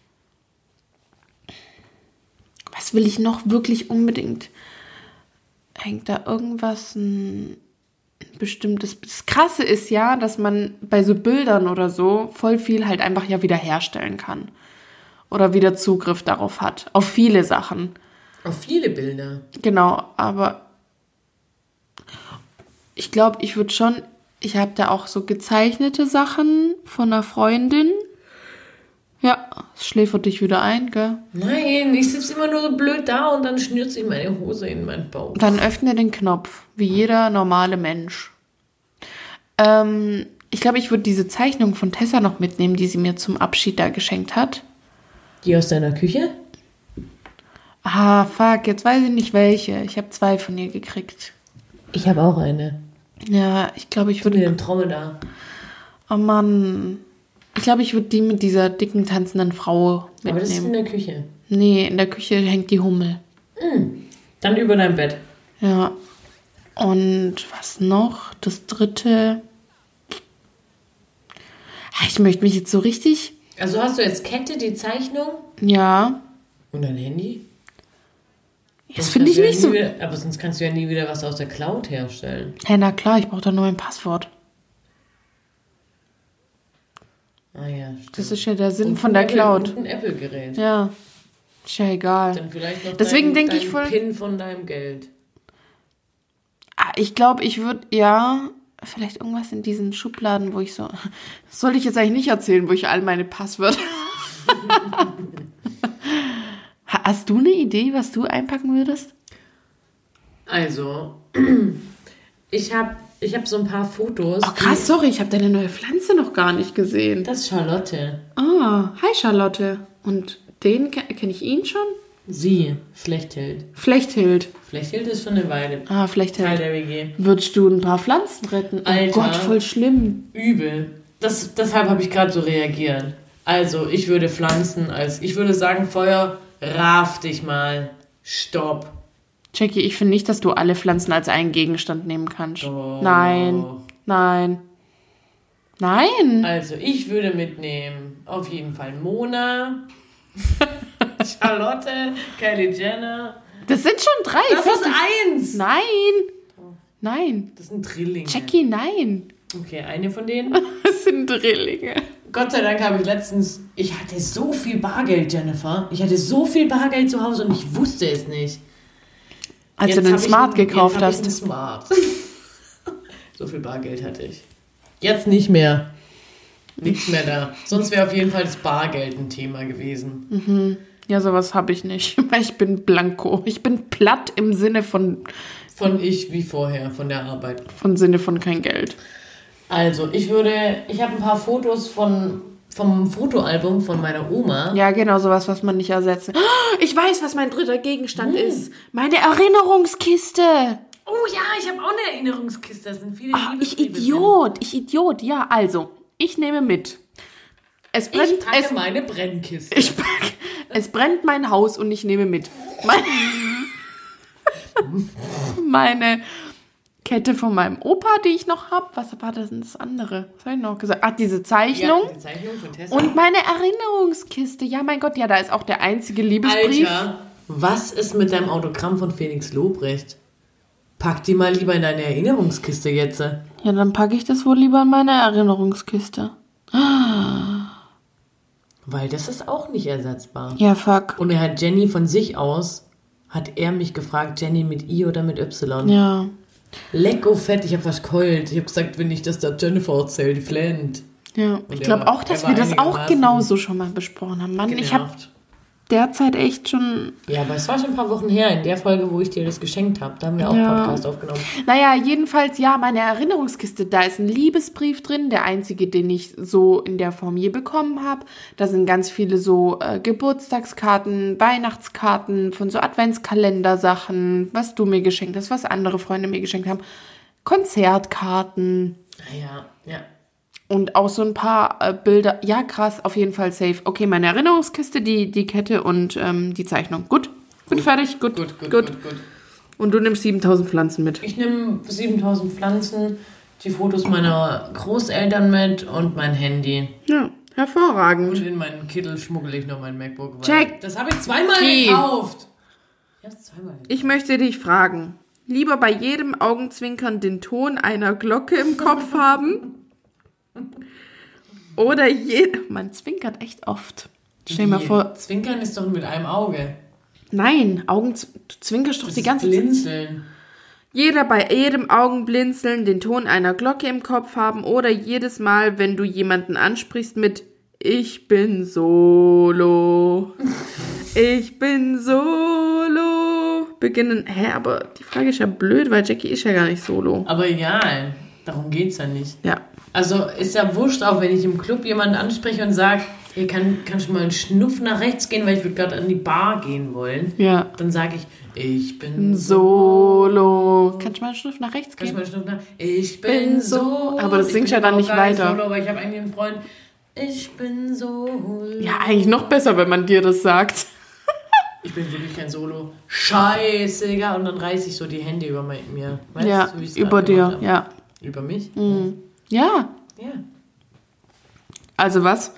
Speaker 3: was will ich noch wirklich unbedingt? Hängt da irgendwas ein bestimmtes... Das Krasse ist ja, dass man bei so Bildern oder so voll viel halt einfach ja wieder herstellen kann. Oder wieder Zugriff darauf hat. Auf viele Sachen.
Speaker 1: Auf viele Bilder.
Speaker 3: Genau, aber ich glaube, ich würde schon, ich habe da auch so gezeichnete Sachen von einer Freundin. Ja, es schläfert dich wieder ein, gell?
Speaker 1: Nein, ich sitze immer nur so blöd da und dann schnürt sich meine Hose in meinen Bauch.
Speaker 3: Dann öffne den Knopf, wie jeder normale Mensch. Ähm, ich glaube, ich würde diese Zeichnung von Tessa noch mitnehmen, die sie mir zum Abschied da geschenkt hat.
Speaker 1: Die aus deiner Küche?
Speaker 3: Ah, fuck, jetzt weiß ich nicht welche. Ich habe zwei von ihr gekriegt.
Speaker 1: Ich habe auch eine.
Speaker 3: Ja, ich glaube, ich
Speaker 1: Mit
Speaker 3: würde...
Speaker 1: dem Trommel da.
Speaker 3: Oh Mann. Ich glaube, ich würde die mit dieser dicken, tanzenden Frau mitnehmen.
Speaker 1: Aber das ist in der Küche.
Speaker 3: Nee, in der Küche hängt die Hummel.
Speaker 1: Dann über dein Bett.
Speaker 3: Ja. Und was noch? Das dritte. Ah, ich möchte mich jetzt so richtig...
Speaker 1: Also hast du jetzt Kette, die Zeichnung
Speaker 3: Ja.
Speaker 1: und dein Handy?
Speaker 3: Das
Speaker 1: Sonst
Speaker 3: finde ich
Speaker 1: kannst
Speaker 3: nicht
Speaker 1: du
Speaker 3: so...
Speaker 1: ja nie wieder, aber sonst kannst du ja nie wieder was aus der Cloud herstellen.
Speaker 3: Ja, na klar, ich brauche da nur mein Passwort.
Speaker 1: Ah ja, stimmt.
Speaker 3: Das ist ja der Sinn
Speaker 1: Und
Speaker 3: von
Speaker 1: ein
Speaker 3: der
Speaker 1: Apple-
Speaker 3: Cloud.
Speaker 1: Und ein Apple-Gerät.
Speaker 3: Ja. Ist ja egal.
Speaker 1: Dann vielleicht noch
Speaker 3: Deswegen
Speaker 1: dein,
Speaker 3: denke ich
Speaker 1: dein
Speaker 3: voll-
Speaker 1: Pin von deinem Geld.
Speaker 3: Ah, ich glaube, ich würde, ja, vielleicht irgendwas in diesen Schubladen, wo ich so, das sollte ich jetzt eigentlich nicht erzählen, wo ich all meine Passwörter Ha- Hast du eine Idee, was du einpacken würdest?
Speaker 1: Also, ich habe ich hab so ein paar Fotos.
Speaker 3: Oh krass, sorry, ich habe deine neue Pflanze noch gar nicht gesehen.
Speaker 1: Das ist Charlotte.
Speaker 3: Ah, hi Charlotte. Und den ke- kenne ich ihn schon?
Speaker 1: Sie, Flechthild.
Speaker 3: Flechthild.
Speaker 1: Flechthild ist schon eine Weile
Speaker 3: Ah,
Speaker 1: Teil
Speaker 3: Flechthild.
Speaker 1: der W G.
Speaker 3: Würdest du ein paar Pflanzen retten? Oh
Speaker 1: Alter.
Speaker 3: Gott, voll schlimm.
Speaker 1: Übel. Das, deshalb habe ich gerade so reagiert. Also, ich würde Pflanzen als... Ich würde sagen, Feuer, raff dich mal. Stopp.
Speaker 3: Jackie, ich finde nicht, dass du alle Pflanzen als einen Gegenstand nehmen kannst.
Speaker 1: Doch.
Speaker 3: Nein, nein. Nein.
Speaker 1: Also, ich würde mitnehmen, auf jeden Fall Mona, Charlotte, Kylie Jenner.
Speaker 3: Das sind schon drei.
Speaker 1: Das ist
Speaker 3: fertig.
Speaker 1: eins.
Speaker 3: Nein. Nein.
Speaker 1: Das sind Drillinge.
Speaker 3: Jackie, nein.
Speaker 1: Okay, eine von denen.
Speaker 3: Das sind Drillinge.
Speaker 1: Gott sei Dank habe ich letztens... Ich hatte so viel Bargeld, Jennifer. Ich hatte so viel Bargeld zu Hause und ich wusste es nicht.
Speaker 3: Als
Speaker 1: Jetzt
Speaker 3: du den
Speaker 1: hab ich
Speaker 3: Smart
Speaker 1: ein-
Speaker 3: gekauft
Speaker 1: jetzt hab
Speaker 3: hast.
Speaker 1: Ich einen Smart. So viel Bargeld hatte ich. Jetzt nicht mehr. Nichts mehr da. Sonst wäre auf jeden Fall das Bargeld ein Thema gewesen.
Speaker 3: Ja, sowas habe ich nicht. Ich bin blanko. Ich bin platt im Sinne von,
Speaker 1: Von ich wie vorher, von der Arbeit.
Speaker 3: von Sinne von kein Geld.
Speaker 1: Also, ich würde... Ich habe ein paar Fotos von, vom Fotoalbum von meiner Oma.
Speaker 3: Ja, genau, sowas, was man nicht ersetzen. Ich weiß, was mein dritter Gegenstand ist. Meine Erinnerungskiste.
Speaker 1: Oh ja, ich habe auch eine Erinnerungskiste. Das sind viele
Speaker 3: Ah, ich
Speaker 1: Liebesbriefe
Speaker 3: Idiot, ich Idiot. Ja, also, ich nehme mit. Es
Speaker 1: drin.
Speaker 3: brennt,
Speaker 1: Ich packe
Speaker 3: es,
Speaker 1: meine Brennkiste.
Speaker 3: ich pack, es brennt mein Haus und ich nehme mit. Meine, meine Kette von meinem Opa, die ich noch habe. Was war das denn das andere? Was habe ich noch gesagt? Ach, diese Zeichnung.
Speaker 1: Ja, die Zeichnung von Tessa.
Speaker 3: Und meine Erinnerungskiste. Ja, mein Gott, ja, da ist auch der einzige Liebesbrief.
Speaker 1: Alter, was ist mit deinem Autogramm von Felix Lobrecht? Pack die mal lieber in deine Erinnerungskiste jetzt.
Speaker 3: Ja, dann packe ich das wohl lieber in meine Erinnerungskiste.
Speaker 1: Weil das ist auch nicht ersetzbar.
Speaker 3: Ja, fuck.
Speaker 1: Und er hat Jenny von sich aus, hat er mich gefragt, Jenny mit I oder mit Y?
Speaker 3: Ja.
Speaker 1: Lecko fett, ich hab was geheult. Ich hab gesagt, wenn ich das der Jennifer erzähle, die flennt.
Speaker 3: Ja, ich
Speaker 1: er
Speaker 3: glaube
Speaker 1: war-
Speaker 3: auch, dass
Speaker 1: er
Speaker 3: wir
Speaker 1: war
Speaker 3: das auch
Speaker 1: einigermaßen
Speaker 3: genauso schon mal besprochen haben. Mann, ich habe
Speaker 1: Genervt.
Speaker 3: derzeit echt schon...
Speaker 1: Ja, aber es war schon ein paar Wochen her, in der Folge, wo ich dir das geschenkt habe. Da haben wir auch
Speaker 3: Ja.
Speaker 1: Podcast aufgenommen.
Speaker 3: Naja, jedenfalls, ja, meine Erinnerungskiste, da ist ein Liebesbrief drin, der einzige, den ich so in der Form je bekommen habe. Da sind ganz viele so äh, Geburtstagskarten, Weihnachtskarten von so Adventskalender-Sachen, was du mir geschenkt hast, was andere Freunde mir geschenkt haben. Konzertkarten
Speaker 1: Ja, ja.
Speaker 3: und auch so ein paar äh, Bilder. Ja, krass, auf jeden Fall safe. Okay, meine Erinnerungskiste, die, die Kette und ähm, die Zeichnung. Gut, gut, fertig, gut,
Speaker 1: Gut, gut,
Speaker 3: gut.
Speaker 1: gut, gut.
Speaker 3: Und du nimmst siebentausend Pflanzen mit.
Speaker 1: Ich nehme siebentausend Pflanzen, die Fotos meiner Großeltern mit und mein Handy.
Speaker 3: Ja, hervorragend.
Speaker 1: Und in meinen Kittel schmuggle ich noch mein MacBook. weil
Speaker 3: Check.
Speaker 1: Das habe ich zweimal
Speaker 3: Okay.
Speaker 1: gekauft. Ich habe es zweimal gekauft.
Speaker 3: Ich möchte dich fragen, lieber bei jedem Augenzwinkern den Ton einer Glocke im Kopf haben oder je... Man zwinkert echt oft. Stell dir mal
Speaker 1: Wie?
Speaker 3: vor...
Speaker 1: Zwinkern ist doch mit einem Auge.
Speaker 3: Nein, Augen, du zwinkerst doch
Speaker 1: Das
Speaker 3: die
Speaker 1: ist
Speaker 3: ganze Zeit.
Speaker 1: Blinzeln.
Speaker 3: Jeder bei jedem Augenblinzeln den Ton einer Glocke im Kopf haben oder jedes Mal, wenn du jemanden ansprichst mit Ich bin solo. Ich bin solo. Beginnen. Hä, aber die Frage ist ja blöd, weil Jackie ist ja gar nicht solo.
Speaker 1: Aber egal, darum geht's ja nicht.
Speaker 3: Ja.
Speaker 1: Also ist ja wurscht, auch wenn ich im Club jemanden anspreche und sage, hey, kann, kannst du mal einen Schnuff nach rechts gehen, weil ich würde gerade an die Bar gehen wollen.
Speaker 3: Ja.
Speaker 1: Dann sage ich, ich bin
Speaker 3: Solo. Kannst du mal einen Schnuff nach rechts
Speaker 1: Kannst du
Speaker 3: gehen?
Speaker 1: mal einen Schnuff nach Ich
Speaker 3: bin
Speaker 1: bin
Speaker 3: so-
Speaker 1: so.
Speaker 3: Aber das
Speaker 1: Ich
Speaker 3: singst
Speaker 1: bin
Speaker 3: ja dann
Speaker 1: überhaupt
Speaker 3: nicht
Speaker 1: gar
Speaker 3: weiter.
Speaker 1: Solo, aber ich habe eigentlich einen Freund. Ich bin solo.
Speaker 3: Ja, eigentlich noch besser, wenn man dir das sagt.
Speaker 1: Ich bin wirklich kein Solo. Scheißegal. Und dann reiße ich so die Hände über mein- mir. Weißt
Speaker 3: Ja,
Speaker 1: du, wie ich's
Speaker 3: über
Speaker 1: grad
Speaker 3: dir,
Speaker 1: gemacht habe?
Speaker 3: ja.
Speaker 1: Über mich?
Speaker 3: Ja.
Speaker 1: Ja.
Speaker 3: Also was?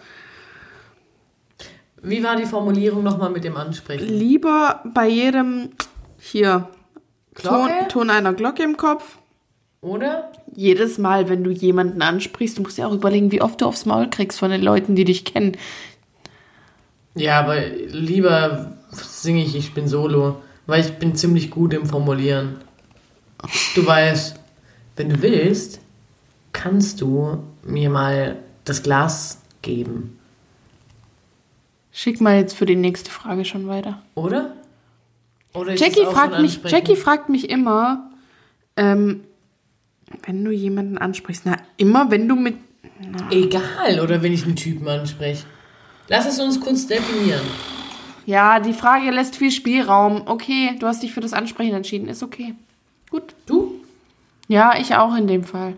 Speaker 1: Wie war die Formulierung nochmal mit dem Ansprechen?
Speaker 3: Lieber bei jedem hier Ton,
Speaker 1: Glocke?
Speaker 3: Ton einer Glocke im Kopf.
Speaker 1: Oder?
Speaker 3: Jedes Mal, wenn du jemanden ansprichst, du musst ja auch überlegen, wie oft du aufs Maul kriegst von den Leuten, die dich kennen.
Speaker 1: Ja, aber lieber singe ich Ich bin solo, weil ich bin ziemlich gut im Formulieren. Du weißt, wenn du willst, kannst du mir mal das Glas geben.
Speaker 3: Schick mal jetzt für die nächste Frage schon weiter.
Speaker 1: Oder? Oder ist
Speaker 3: Jackie
Speaker 1: es auch
Speaker 3: fragt
Speaker 1: schon
Speaker 3: mich,
Speaker 1: ansprechend?
Speaker 3: Jackie fragt mich immer, ähm, wenn du jemanden ansprichst, na, immer wenn du mit... Na.
Speaker 1: Egal, oder wenn ich einen Typen anspreche. Lass es uns kurz definieren.
Speaker 3: Ja, die Frage lässt viel Spielraum. Okay, du hast dich für das Ansprechen entschieden, ist okay. Gut.
Speaker 1: Du?
Speaker 3: Ja, ich auch in dem Fall.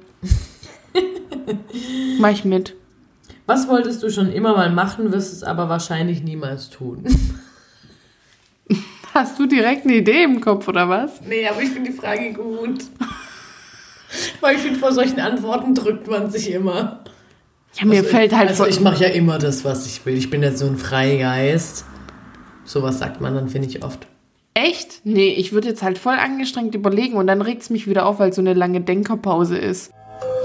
Speaker 3: Mach ich mit.
Speaker 1: Was wolltest du schon immer mal machen, wirst es aber wahrscheinlich niemals tun?
Speaker 3: Hast du direkt eine Idee im Kopf, oder was?
Speaker 1: Nee, aber ich finde die Frage gut. Weil ich finde, vor solchen Antworten drückt man sich immer.
Speaker 3: Ja, mir
Speaker 1: also,
Speaker 3: fällt halt
Speaker 1: Also
Speaker 3: voll...
Speaker 1: ich mache ja immer das, was ich will. Ich bin ja so ein Freigeist. Sowas sagt man dann, finde ich, oft.
Speaker 3: Echt? Nee, ich würde jetzt halt voll angestrengt überlegen und dann regt es mich wieder auf, weil so eine lange Denkerpause ist.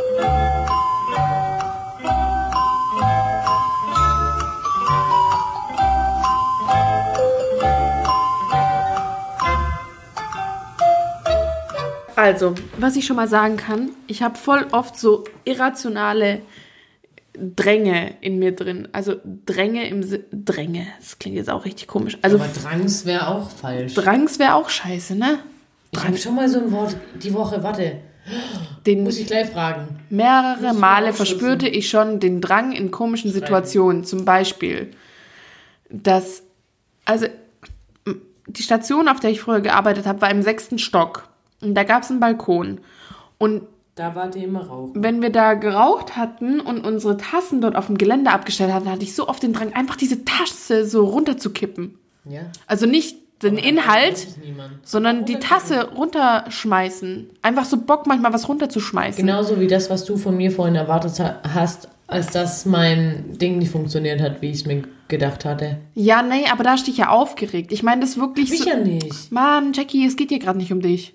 Speaker 3: Also, was ich schon mal sagen kann, ich habe voll oft so irrationale Dränge in mir drin. Also Dränge im Si- Dränge, das klingt jetzt auch richtig komisch. Also
Speaker 1: Aber Drangs wäre auch falsch.
Speaker 3: Drangs wäre auch scheiße, ne?
Speaker 1: Ich habe schon mal so ein Wort die Woche, warte,
Speaker 3: Den
Speaker 1: muss ich gleich fragen.
Speaker 3: mehrere
Speaker 1: Muss ich
Speaker 3: Male
Speaker 1: aufschlüsseln.
Speaker 3: verspürte ich schon den Drang in komischen Situationen. Zum Beispiel, dass, also die Station, auf der ich früher gearbeitet habe, war im sechsten Stock. Und da gab es einen Balkon. Und
Speaker 1: Da war die immer rauchen.
Speaker 3: wenn wir da geraucht hatten und unsere Tassen dort auf dem Gelände abgestellt hatten, hatte ich so oft den Drang, einfach diese Tasse so runterzukippen.
Speaker 1: Ja.
Speaker 3: Also nicht den
Speaker 1: Aber
Speaker 3: Inhalt,
Speaker 1: das weiß niemand.
Speaker 3: sondern die Tasse runterschmeißen. Einfach so Bock, manchmal was runterzuschmeißen.
Speaker 1: Genauso wie das, was du von mir vorhin erwartet ha- hast, als dass mein Ding nicht funktioniert hat, wie ich es mir gedacht hatte.
Speaker 3: Ja, nee, aber da stehe ich ja aufgeregt. Ich meine, das ist wirklich
Speaker 1: Ich
Speaker 3: so...
Speaker 1: ja nicht.
Speaker 3: Mann, Jackie, es geht hier gerade nicht um dich.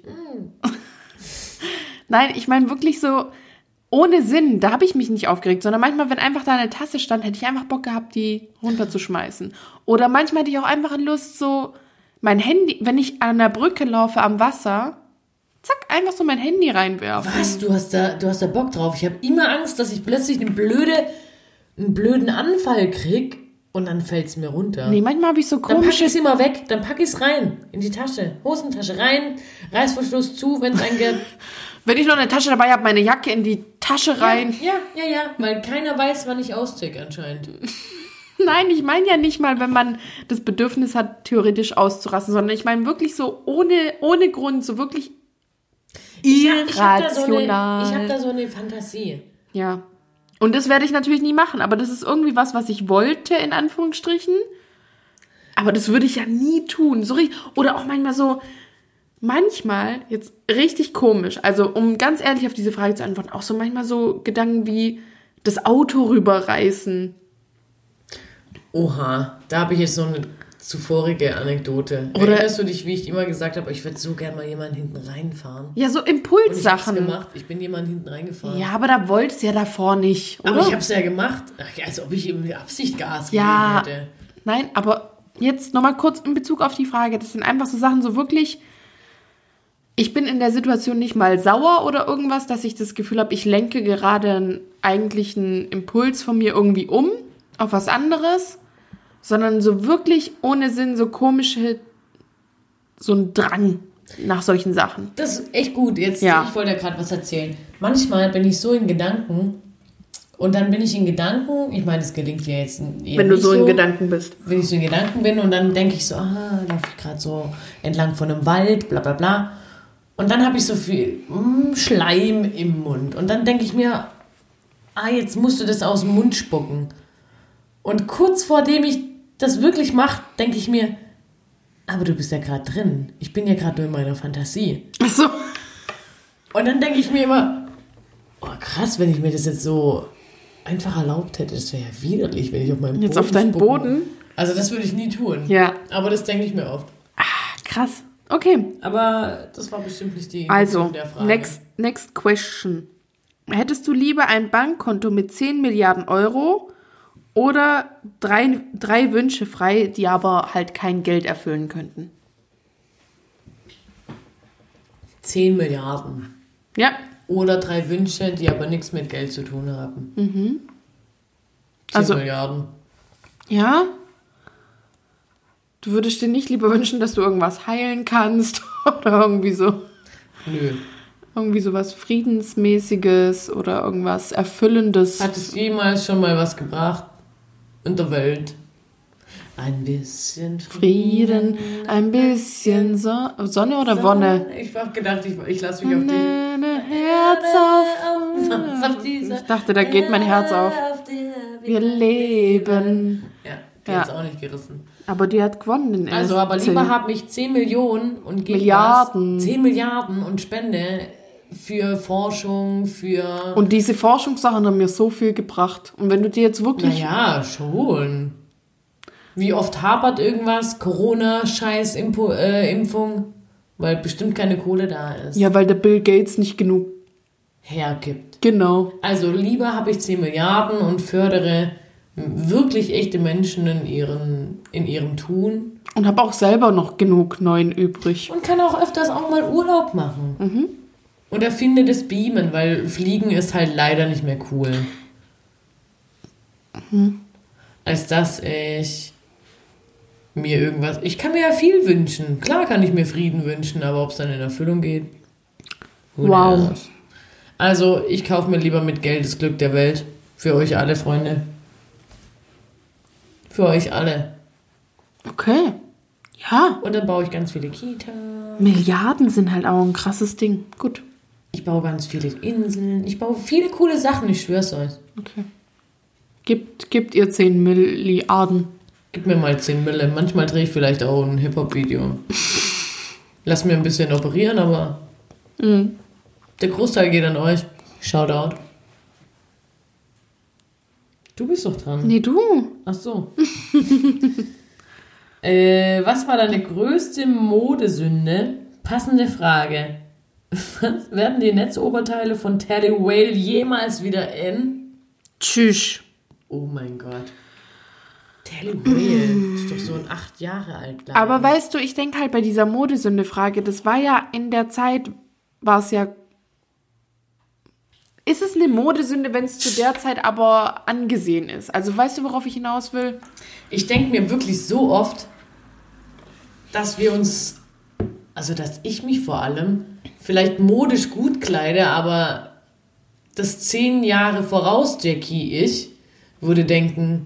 Speaker 3: Nein, ich meine wirklich so ohne Sinn. Da habe ich mich nicht aufgeregt, sondern manchmal, wenn einfach da eine Tasse stand, hätte ich einfach Bock gehabt, die runterzuschmeißen. Oder manchmal hätte ich auch einfach Lust, so mein Handy, wenn ich an der Brücke laufe am Wasser, zack, einfach so mein Handy reinwerfen.
Speaker 1: Was? Du hast da, du hast da Bock drauf. Ich habe immer Angst, dass ich plötzlich eine blöde, einen blöden Anfall krieg und dann fällt es mir runter.
Speaker 3: Nee, manchmal habe ich so
Speaker 1: Dann packe
Speaker 3: komische...
Speaker 1: ich es immer weg, dann packe ich es rein, in die Tasche, Hosentasche rein, Reißverschluss zu, wenn es ein Ge
Speaker 3: Wenn ich noch eine Tasche dabei habe, meine Jacke in die Tasche rein.
Speaker 1: Ja, ja, ja, weil keiner weiß, wann ich austick anscheinend.
Speaker 3: Nein, ich meine ja nicht mal, wenn man das Bedürfnis hat, theoretisch auszurasten, sondern ich meine wirklich so ohne, ohne Grund, so wirklich irrational.
Speaker 1: Ich habe da so eine Fantasie.
Speaker 3: Ja. Und das werde ich natürlich nie machen, aber das ist irgendwie was, was ich wollte, in Anführungsstrichen. Aber das würde ich ja nie tun. So richtig, oder auch manchmal so, manchmal, jetzt richtig komisch, also um ganz ehrlich auf diese Frage zu antworten, auch so manchmal so Gedanken wie das Auto rüberreißen.
Speaker 1: Oha, da habe ich jetzt so eine zuvorige Anekdote.
Speaker 3: Oder-
Speaker 1: Erinnerst du dich, wie ich immer gesagt habe, ich würde so gerne mal jemanden hinten reinfahren?
Speaker 3: Ja, so
Speaker 1: Und ich hab's
Speaker 3: Impulssachen.
Speaker 1: gemacht. Ich bin jemanden hinten reingefahren.
Speaker 3: Ja, aber da wolltest du ja davor nicht, oder?
Speaker 1: Aber ich habe es ja gemacht. Ach, als ob ich ihm die Absicht Gas
Speaker 3: Ja,
Speaker 1: gegeben hätte.
Speaker 3: nein, aber jetzt nochmal kurz in Bezug auf die Frage. Das sind einfach so Sachen, so wirklich, ich bin in der Situation nicht mal sauer oder irgendwas, dass ich das Gefühl habe, ich lenke gerade einen eigentlichen Impuls von mir irgendwie um auf was anderes, sondern so wirklich ohne Sinn, so komische, so ein Drang nach solchen Sachen.
Speaker 1: Das ist echt gut. Jetzt,
Speaker 3: Ja.
Speaker 1: ich wollte ja gerade was erzählen. Manchmal bin ich so in Gedanken und dann bin ich in Gedanken, ich meine, das gelingt dir jetzt eher
Speaker 3: Wenn du
Speaker 1: nicht
Speaker 3: so in Gedanken bist.
Speaker 1: wenn ich so in Gedanken bin und dann denke ich so, ah, laufe ich gerade so entlang von einem Wald, bla bla bla. Und dann habe ich so viel mm, Schleim im Mund. Und dann denke ich mir, ah, jetzt musst du das aus dem Mund spucken. Und kurz vor dem ich das wirklich mache, denke ich mir, aber du bist ja gerade drin. Ich bin ja gerade nur in meiner Fantasie.
Speaker 3: Ach so.
Speaker 1: Und dann denke ich mir immer, oh krass, wenn ich mir das jetzt so einfach erlaubt hätte, das wäre ja widerlich, wenn ich auf meinen Boden
Speaker 3: Jetzt auf deinen
Speaker 1: spucken-
Speaker 3: Boden?
Speaker 1: Also das würde ich nie tun.
Speaker 3: Ja.
Speaker 1: Aber das denke ich mir oft.
Speaker 3: Krass. Okay.
Speaker 1: Aber das war bestimmt nicht die
Speaker 3: Also,
Speaker 1: Intention der Frage.
Speaker 3: next, next question. Hättest du lieber ein Bankkonto mit zehn Milliarden Euro oder drei, drei Wünsche frei, die aber halt kein Geld erfüllen könnten?
Speaker 1: zehn Milliarden.
Speaker 3: Ja.
Speaker 1: Oder drei Wünsche, die aber nichts mit Geld zu tun haben. Mhm. zehn
Speaker 3: Also-
Speaker 1: Milliarden.
Speaker 3: Ja? Du würdest dir nicht lieber wünschen, dass du irgendwas heilen kannst oder irgendwie so.
Speaker 1: Nö.
Speaker 3: Irgendwie sowas Friedensmäßiges oder irgendwas Erfüllendes.
Speaker 1: Hat es jemals schon mal was gebracht in der Welt? Ein bisschen
Speaker 3: Frieden, ein bisschen so Sonne oder Wonne?
Speaker 1: Ich habe gedacht, ich, ich lasse mich auf die...
Speaker 3: Herz auf.
Speaker 1: auf dieser
Speaker 3: Ich dachte, da geht mein Herz auf. Wir leben.
Speaker 1: Ja, die
Speaker 3: Ja.
Speaker 1: hat's auch nicht gerissen.
Speaker 3: Aber die hat gewonnen. in
Speaker 1: Also, aber
Speaker 3: ersten
Speaker 1: lieber
Speaker 3: zehn.
Speaker 1: habe ich zehn Millionen und gebe
Speaker 3: Milliarden.
Speaker 1: was, zehn Milliarden und spende für Forschung, für...
Speaker 3: Und diese Forschungssachen haben mir so viel gebracht. Und wenn du dir jetzt wirklich...
Speaker 1: Naja, schon. Wie oft hapert irgendwas? Corona, scheiß Impo, äh, Impfung, weil bestimmt keine Kohle da ist.
Speaker 3: Ja, weil der Bill Gates nicht genug...
Speaker 1: Hergibt.
Speaker 3: Genau.
Speaker 1: Also lieber habe ich zehn Milliarden und fördere wirklich echte Menschen in, ihren, in ihrem Tun.
Speaker 3: Und habe auch selber noch genug Neuen übrig.
Speaker 1: Und kann auch öfters auch mal Urlaub machen.
Speaker 3: Mhm.
Speaker 1: Und erfinde das Beamen, weil Fliegen ist halt leider nicht mehr cool.
Speaker 3: Mhm.
Speaker 1: Als dass ich mir irgendwas... Ich kann mir ja viel wünschen. Klar kann ich mir Frieden wünschen, aber ob es dann in Erfüllung geht... who
Speaker 3: Wow.
Speaker 1: knows? Also, ich kaufe mir lieber mit Geld das Glück der Welt. Für euch alle, Freunde. Für euch alle.
Speaker 3: Okay. Ja.
Speaker 1: Und dann baue ich ganz viele Kita.
Speaker 3: Milliarden sind halt auch ein krasses Ding. Gut.
Speaker 1: Ich baue ganz viele Inseln. Ich baue viele coole Sachen, ich schwör's euch.
Speaker 3: Okay. Gibt, gibt ihr zehn Milliarden.
Speaker 1: Gib mir mal zehn Mille. Manchmal drehe ich vielleicht auch ein Hip-Hop-Video. Lass mir ein bisschen operieren, aber
Speaker 3: Mhm.
Speaker 1: der Großteil geht an euch. Shoutout. Du bist doch dran.
Speaker 3: Nee, du.
Speaker 1: Ach so. äh, was war deine größte Modesünde? Passende Frage. Was werden die Netzoberteile von Teddy Whale jemals wieder in?
Speaker 3: Tschüss.
Speaker 1: Oh mein Gott. Teddy Whale ist doch so ein acht Jahre alt. glaub
Speaker 3: Aber
Speaker 1: ich.
Speaker 3: weißt du, ich denke halt bei dieser Modesünde-Frage, das war ja in der Zeit, war es ja... Ist es eine Modesünde, wenn es zu der Zeit aber angesehen ist? Also weißt du, worauf ich hinaus will?
Speaker 1: Ich denke mir wirklich so oft, dass wir uns, also dass ich mich vor allem vielleicht modisch gut kleide, aber das zehn Jahre voraus Jackie ich würde denken,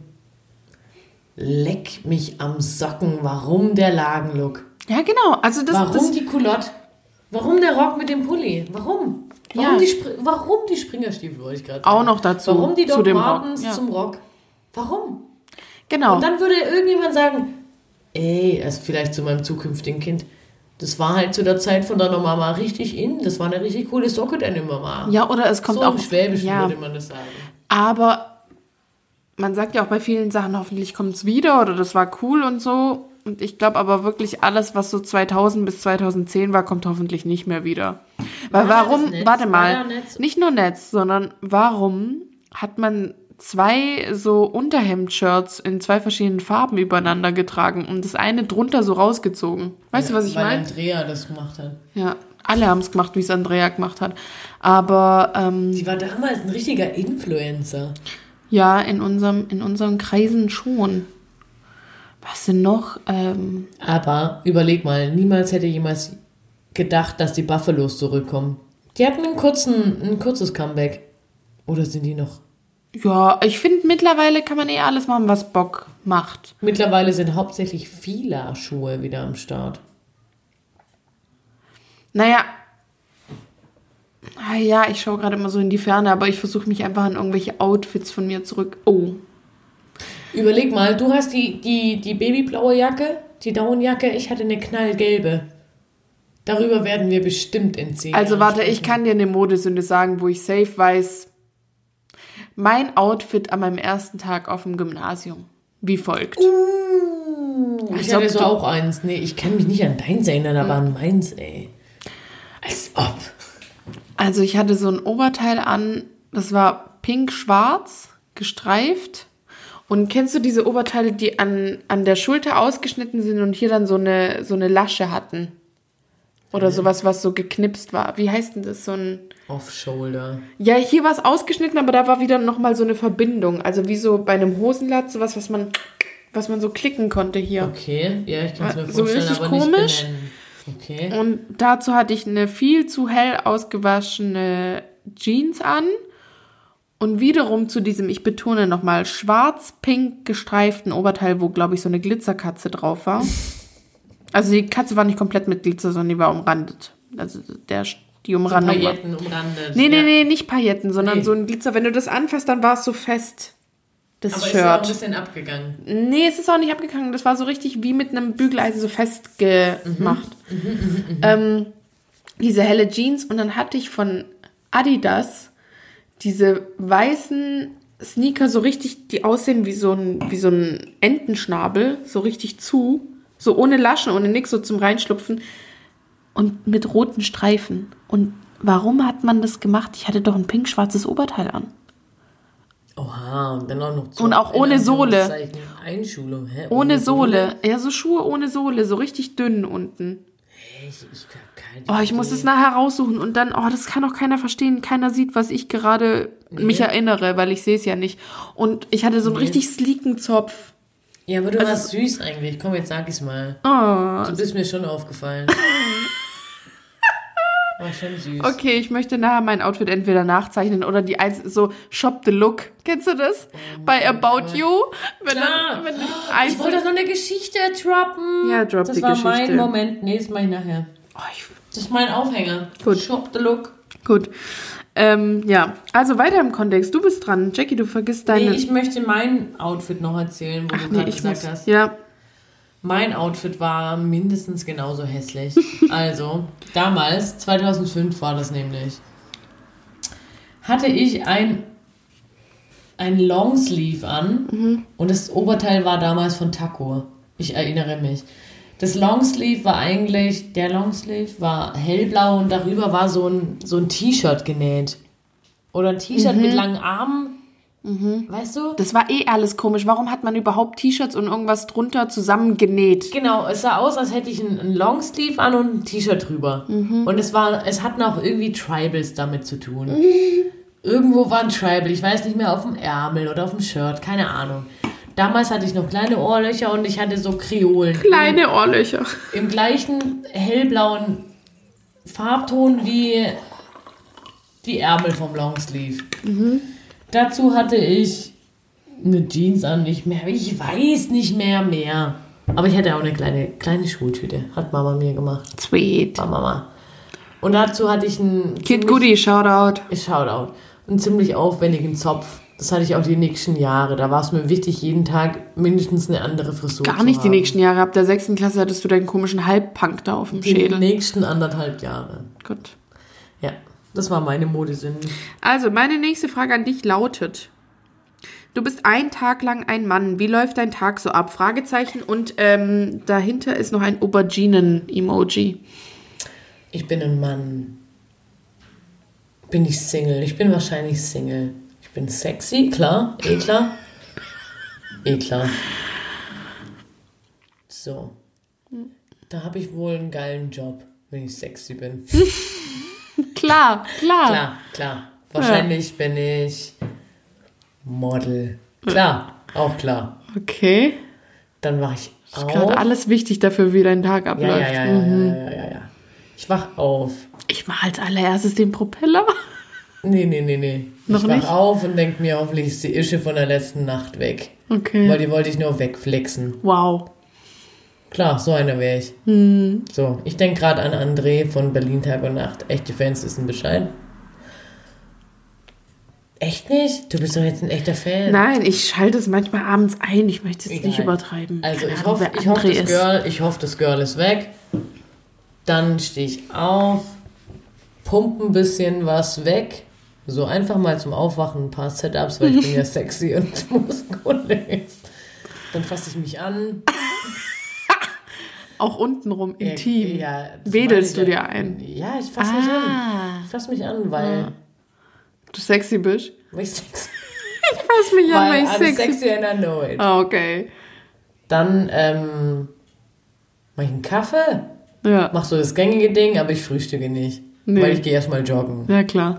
Speaker 1: leck mich am Socken, warum der Lagenlook?
Speaker 3: Ja, genau. Also das,
Speaker 1: Warum
Speaker 3: das
Speaker 1: die Culotte? Warum der Rock mit dem Pulli? Warum? Warum,
Speaker 3: Ja.
Speaker 1: die, Spr- warum die Springerstiefel, wollte ich gerade sagen.
Speaker 3: auch noch dazu.
Speaker 1: Warum die
Speaker 3: zu
Speaker 1: Doc
Speaker 3: dem
Speaker 1: Martens
Speaker 3: Rock. Ja.
Speaker 1: zum Rock? Warum?
Speaker 3: Genau.
Speaker 1: Und dann würde irgendjemand sagen, ey, also vielleicht zu meinem zukünftigen Kind, das war halt zu der Zeit von deiner Mama richtig in, das war eine richtig coole Socke, deine Mama.
Speaker 3: Ja, oder es kommt
Speaker 1: so
Speaker 3: auch...
Speaker 1: im Schwäbischen
Speaker 3: ja,
Speaker 1: würde man das sagen.
Speaker 3: aber man sagt ja auch bei vielen Sachen, hoffentlich kommt es wieder oder das war cool und so. Und ich glaube aber wirklich, alles, was so zweitausend bis zweitausendzehn war, kommt hoffentlich nicht mehr wieder. Weil
Speaker 1: War das
Speaker 3: warum,
Speaker 1: Netz?
Speaker 3: warte
Speaker 1: War
Speaker 3: mal,
Speaker 1: da Netz?
Speaker 3: nicht nur Netz, sondern warum hat man zwei so Unterhemd-Shirts in zwei verschiedenen Farben übereinander getragen und das eine drunter so rausgezogen? Weißt
Speaker 1: Ja,
Speaker 3: du, was ich
Speaker 1: weil
Speaker 3: meine?
Speaker 1: Andrea das gemacht hat.
Speaker 3: Ja, alle haben es gemacht, wie es Andrea gemacht hat. Aber ähm,
Speaker 1: Die war damals ein richtiger Influencer.
Speaker 3: ja, in unserem, in unseren Kreisen schon. Was denn noch? Ähm,
Speaker 1: Aber überleg mal, niemals hätte jemals gedacht, dass die Buffalos zurückkommen. Die hatten einen kurzen, ein kurzes Comeback. Oder sind die noch?
Speaker 3: ja, ich finde, mittlerweile kann man eh alles machen, was Bock macht.
Speaker 1: Mittlerweile sind hauptsächlich Fila-Schuhe wieder am Start.
Speaker 3: Naja, ah ja, ich schaue gerade immer so in die Ferne, aber ich versuche mich einfach an irgendwelche Outfits von mir zurück. Oh,
Speaker 1: Überleg mal, du hast die, die, die babyblaue Jacke, die Daunenjacke, ich hatte eine knallgelbe. Darüber werden wir bestimmt in zehn
Speaker 3: also
Speaker 1: Jahren
Speaker 3: warte, ich
Speaker 1: sprechen.
Speaker 3: kann dir eine Modesünde sagen, wo ich safe weiß, mein Outfit an meinem ersten Tag auf dem Gymnasium. Wie folgt.
Speaker 1: Uh,
Speaker 3: Als
Speaker 1: ich hatte
Speaker 3: ob
Speaker 1: so
Speaker 3: du-
Speaker 1: auch eins. Nee, ich kann mich nicht an deins erinnern, aber an meins, ey. Als ob.
Speaker 3: Also ich hatte so ein Oberteil an, das war pink-schwarz, gestreift. Und kennst du diese Oberteile, die an, an der Schulter ausgeschnitten sind und hier dann so eine, so eine Lasche hatten? Oder sowas, was so geknipst war. Wie heißt denn das? So ein...
Speaker 1: Off-Shoulder.
Speaker 3: Ja, hier war es ausgeschnitten, aber da war wieder nochmal so eine Verbindung. Also wie so bei einem Hosenlatz, sowas, was man was man so klicken konnte hier.
Speaker 1: Okay, ja, ich kann es mir
Speaker 3: So
Speaker 1: vorstellen,
Speaker 3: richtig
Speaker 1: aber
Speaker 3: komisch.
Speaker 1: nicht benennen. Okay.
Speaker 3: Und dazu hatte ich eine viel zu hell ausgewaschene Jeans an. Und wiederum zu diesem, ich betone nochmal, schwarz-pink gestreiften Oberteil, wo, glaube ich, so eine Glitzerkatze drauf war. Also die Katze war nicht komplett mit Glitzer, sondern die war umrandet. Also der, die Umrandung war...
Speaker 1: Pailletten umrandet.
Speaker 3: Nee, nee,
Speaker 1: ja.
Speaker 3: nee, nicht Pailletten, sondern
Speaker 1: Nee.
Speaker 3: so ein Glitzer. Wenn du das anfasst, dann war es so fest, das
Speaker 1: Aber
Speaker 3: Shirt.
Speaker 1: ist ja auch ein bisschen abgegangen.
Speaker 3: Nee, es ist auch nicht abgegangen. Das war so richtig wie mit einem Bügeleisen so festgemacht.
Speaker 1: Mhm.
Speaker 3: Ähm, diese helle Jeans. Und dann hatte ich von Adidas diese weißen Sneaker so richtig, die aussehen wie so ein, wie so ein Entenschnabel, so richtig zu. So ohne Laschen, ohne nix, so zum Reinschlupfen. Und mit roten Streifen. Und warum hat man das gemacht? Ich hatte doch ein pink-schwarzes Oberteil an.
Speaker 1: Oha, und dann auch noch zu.
Speaker 3: Und auch ohne Sohle.
Speaker 1: Einschulung, hä?
Speaker 3: Ohne Sohle. Ja, so Schuhe ohne Sohle, so richtig dünn unten.
Speaker 1: Hey, ich, ich hab keine
Speaker 3: Oh, ich muss es nachher raussuchen und dann, oh, das kann auch keiner verstehen. Keiner sieht, was ich gerade
Speaker 1: Nee.
Speaker 3: mich erinnere, weil ich sehe es ja nicht. Und ich hatte so einen
Speaker 1: Nee.
Speaker 3: richtig sleeken Zopf.
Speaker 1: Ja, aber du
Speaker 3: Also-
Speaker 1: warst süß eigentlich. Komm, jetzt sag ich's mal.
Speaker 3: Oh.
Speaker 1: Du bist mir schon aufgefallen. War schon süß.
Speaker 3: Okay, ich möchte nachher mein Outfit entweder nachzeichnen oder die eins so Shop the Look. Kennst du das? Bei About You? Wenn
Speaker 1: Klar.
Speaker 3: dann, wenn die
Speaker 1: Ich
Speaker 3: einzeln-
Speaker 1: wollte noch eine Geschichte droppen.
Speaker 3: Ja, drop
Speaker 1: das
Speaker 3: die
Speaker 1: war
Speaker 3: Geschichte.
Speaker 1: mein Moment. Nee, das mach ich nachher.
Speaker 3: Oh, ich,
Speaker 1: Das ist mein Aufhänger.
Speaker 3: Gut.
Speaker 1: Shop the look.
Speaker 3: gut. Ähm, ja, also weiter im Kontext. Du bist dran. Jackie, du vergisst deine...
Speaker 1: Nee, ich möchte mein Outfit noch erzählen, wo du
Speaker 3: nee,
Speaker 1: gerade
Speaker 3: ich
Speaker 1: gesagt
Speaker 3: muss...
Speaker 1: hast.
Speaker 3: Ja.
Speaker 1: Mein Outfit war mindestens genauso hässlich. Also, damals, zweitausendfünf war das nämlich, hatte ich ein, ein Longsleeve an und das Oberteil war damals von Taco. Ich erinnere mich. Das Longsleeve war eigentlich, der Longsleeve war hellblau und darüber war so ein, so ein T-Shirt genäht. Oder ein T-Shirt mit langen Armen. Weißt du?
Speaker 3: Das war eh alles komisch. Warum hat man überhaupt T-Shirts und irgendwas drunter zusammengenäht?
Speaker 1: Genau, es sah aus, als hätte ich einen, einen Longsleeve an und ein T-Shirt drüber. Und es war, es hatten auch irgendwie Tribals damit zu tun. Irgendwo war ein Tribal, ich weiß nicht mehr, auf dem Ärmel oder auf dem Shirt, keine Ahnung. Damals hatte ich noch kleine Ohrlöcher und ich hatte so Kreolen.
Speaker 3: Kleine Ohrlöcher.
Speaker 1: Im gleichen hellblauen Farbton wie die Ärmel vom Longsleeve. Dazu hatte ich eine Jeans an, nicht mehr. Ich weiß nicht mehr mehr. Aber ich hatte auch eine kleine, kleine Schultüte. Hat Mama mir gemacht.
Speaker 3: Sweet.
Speaker 1: War Mama. Und dazu hatte ich einen
Speaker 3: Kid Goody, Shoutout.
Speaker 1: Shoutout. Einen ziemlich aufwendigen Zopf. Das hatte ich auch die nächsten Jahre. Da war es mir wichtig, jeden Tag mindestens eine andere Frisur
Speaker 3: Gar
Speaker 1: zu
Speaker 3: nicht die
Speaker 1: haben.
Speaker 3: nächsten Jahre. Ab der sechsten Klasse hattest du deinen komischen Halbpunk da auf dem
Speaker 1: Die
Speaker 3: Schädel.
Speaker 1: nächsten anderthalb Jahre.
Speaker 3: Gut.
Speaker 1: Ja, das war meine Modesünde.
Speaker 3: Also, meine nächste Frage an dich lautet: Du bist einen Tag lang ein Mann. Wie läuft dein Tag so ab? Fragezeichen. Und ähm, dahinter ist noch ein Auberginen-Emoji.
Speaker 1: Ich bin ein Mann. Bin ich Single? Ich bin wahrscheinlich Single. Ich bin sexy, klar. Eh klar. Eh klar. So. Da habe ich wohl einen geilen Job, wenn ich sexy bin.
Speaker 3: Klar, klar.
Speaker 1: Klar, klar. Wahrscheinlich bin ich Model. Klar, auch klar.
Speaker 3: Okay.
Speaker 1: Dann wache ich
Speaker 3: Ist
Speaker 1: auf.
Speaker 3: gerade alles wichtig dafür, wie dein Tag
Speaker 1: Ja,
Speaker 3: abläuft.
Speaker 1: ja, ja, ja,
Speaker 3: Mhm.
Speaker 1: ja, ja, ja, ja. Ich wach auf.
Speaker 3: Ich mache als allererstes den Propeller.
Speaker 1: Nee, nee, nee, nee.
Speaker 3: Noch
Speaker 1: ich wach
Speaker 3: nicht?
Speaker 1: auf und denk mir, hoffentlich ist die Ische von der letzten Nacht weg.
Speaker 3: Okay.
Speaker 1: Weil die wollte ich nur wegflexen.
Speaker 3: Wow.
Speaker 1: Klar, so einer wäre ich.
Speaker 3: Hm.
Speaker 1: So, ich denke gerade an André von Berlin Tag und Nacht. Echte Fans wissen Bescheid. Echt nicht? Du bist doch jetzt ein echter Fan.
Speaker 3: Nein, ich schalte es manchmal abends ein. Ich möchte es jetzt
Speaker 1: Egal.
Speaker 3: nicht übertreiben.
Speaker 1: Also
Speaker 3: Keine
Speaker 1: ich
Speaker 3: Ahnung,
Speaker 1: hoffe,
Speaker 3: wer
Speaker 1: ich hoffe,
Speaker 3: André
Speaker 1: das
Speaker 3: ist.
Speaker 1: Girl, ich hoffe, das Girl ist weg. Dann stehe ich auf, pumpe ein bisschen was weg. So einfach mal zum Aufwachen ein paar Setups, weil ich bin ja sexy und muskulös. Dann fasse ich mich an.
Speaker 3: Auch untenrum, intim.
Speaker 1: Ja, das
Speaker 3: Wedelst
Speaker 1: meine
Speaker 3: du
Speaker 1: ich
Speaker 3: dir
Speaker 1: ja.
Speaker 3: ein?
Speaker 1: Ja, ich fasse mich an.
Speaker 3: Ah.
Speaker 1: Ich fasse mich an, weil,
Speaker 3: Du sexy bist?
Speaker 1: weil ich sexy
Speaker 3: Ich fass mich an, weil
Speaker 1: weil
Speaker 3: ich
Speaker 1: I'm
Speaker 3: sexy
Speaker 1: sexy and I know it.
Speaker 3: Ah, okay.
Speaker 1: Dann ähm, mache ich einen Kaffee.
Speaker 3: Ja,
Speaker 1: Mach so das gängige Ding, aber ich frühstücke nicht.
Speaker 3: Nee.
Speaker 1: Weil ich gehe erstmal joggen.
Speaker 3: ja klar.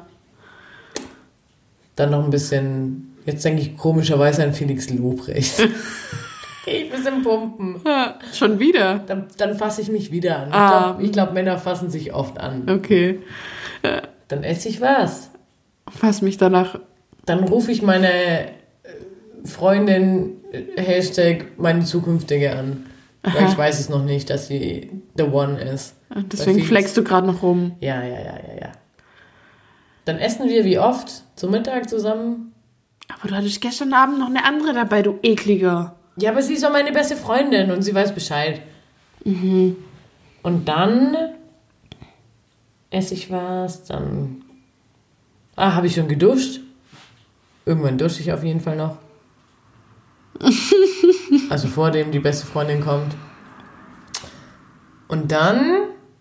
Speaker 1: Dann noch ein bisschen, jetzt denke ich komischerweise an Felix Lobrecht. Ich bin im Pumpen.
Speaker 3: Ja, schon wieder?
Speaker 1: Dann, dann fasse ich mich wieder an.
Speaker 3: Ah.
Speaker 1: Ich glaube, ich glaub, Männer fassen sich oft an.
Speaker 3: Okay.
Speaker 1: Dann esse ich was.
Speaker 3: Fass mich danach.
Speaker 1: Dann rufe ich meine äh, Freundin, äh, Hashtag, meine zukünftige an. Weil
Speaker 3: Aha.
Speaker 1: ich weiß es noch nicht, dass sie the one ist.
Speaker 3: Deswegen
Speaker 1: Weil
Speaker 3: flexst du gerade noch rum.
Speaker 1: Ja, ja, ja, ja, ja. Dann essen wir wie oft zum Mittag zusammen.
Speaker 3: Aber du hattest gestern Abend noch eine andere dabei, du ekliger.
Speaker 1: Ja, aber sie ist auch meine beste Freundin und sie weiß Bescheid.
Speaker 3: Mhm.
Speaker 1: Und dann esse ich was, dann... Ah, habe ich schon geduscht? Irgendwann dusche ich auf jeden Fall noch. Also vor dem die beste Freundin kommt. Und dann...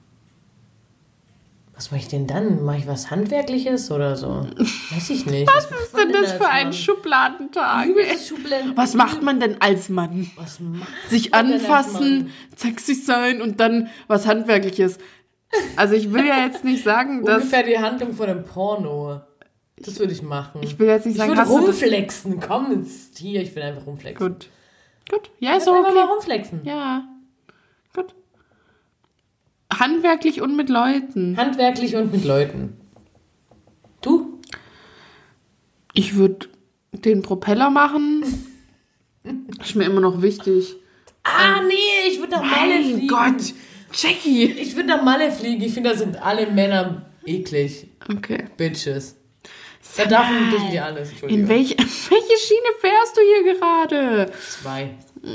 Speaker 1: Was mache ich denn dann? Mache ich was Handwerkliches oder so? Weiß ich nicht.
Speaker 3: Was ist denn das für ein Schubladentag? Was macht man denn als Mann?
Speaker 1: Was macht
Speaker 3: Sich
Speaker 1: man denn als
Speaker 3: anfassen,
Speaker 1: Mann?
Speaker 3: sexy sein und dann was Handwerkliches. Also ich will ja jetzt nicht sagen, dass...
Speaker 1: Ungefähr die Handlung von einem Porno. Das würde ich machen.
Speaker 3: Ich will jetzt nicht
Speaker 1: Ich
Speaker 3: sagen,
Speaker 1: würde
Speaker 3: hast du das...
Speaker 1: rumflexen. Komm jetzt hier, ich will einfach rumflexen.
Speaker 3: Gut. Gut. Ja, ist
Speaker 1: Ich will einfach
Speaker 3: okay.
Speaker 1: mal rumflexen.
Speaker 3: Ja. Gut. Handwerklich und mit Leuten.
Speaker 1: Handwerklich und mit Leuten. Du?
Speaker 3: Ich würde den Propeller machen. Ist mir immer noch wichtig.
Speaker 1: Ah, nee, ich würde nach Malle
Speaker 3: Mein
Speaker 1: fliegen.
Speaker 3: Gott. Jackie.
Speaker 1: Ich würde nach Malle fliegen. Ich finde, da sind alle Männer eklig.
Speaker 3: Okay.
Speaker 1: Bitches. Da dürfen dürfen die alles. Entschuldigung.
Speaker 3: In welche, welche Schiene fährst du hier gerade?
Speaker 1: Zwei.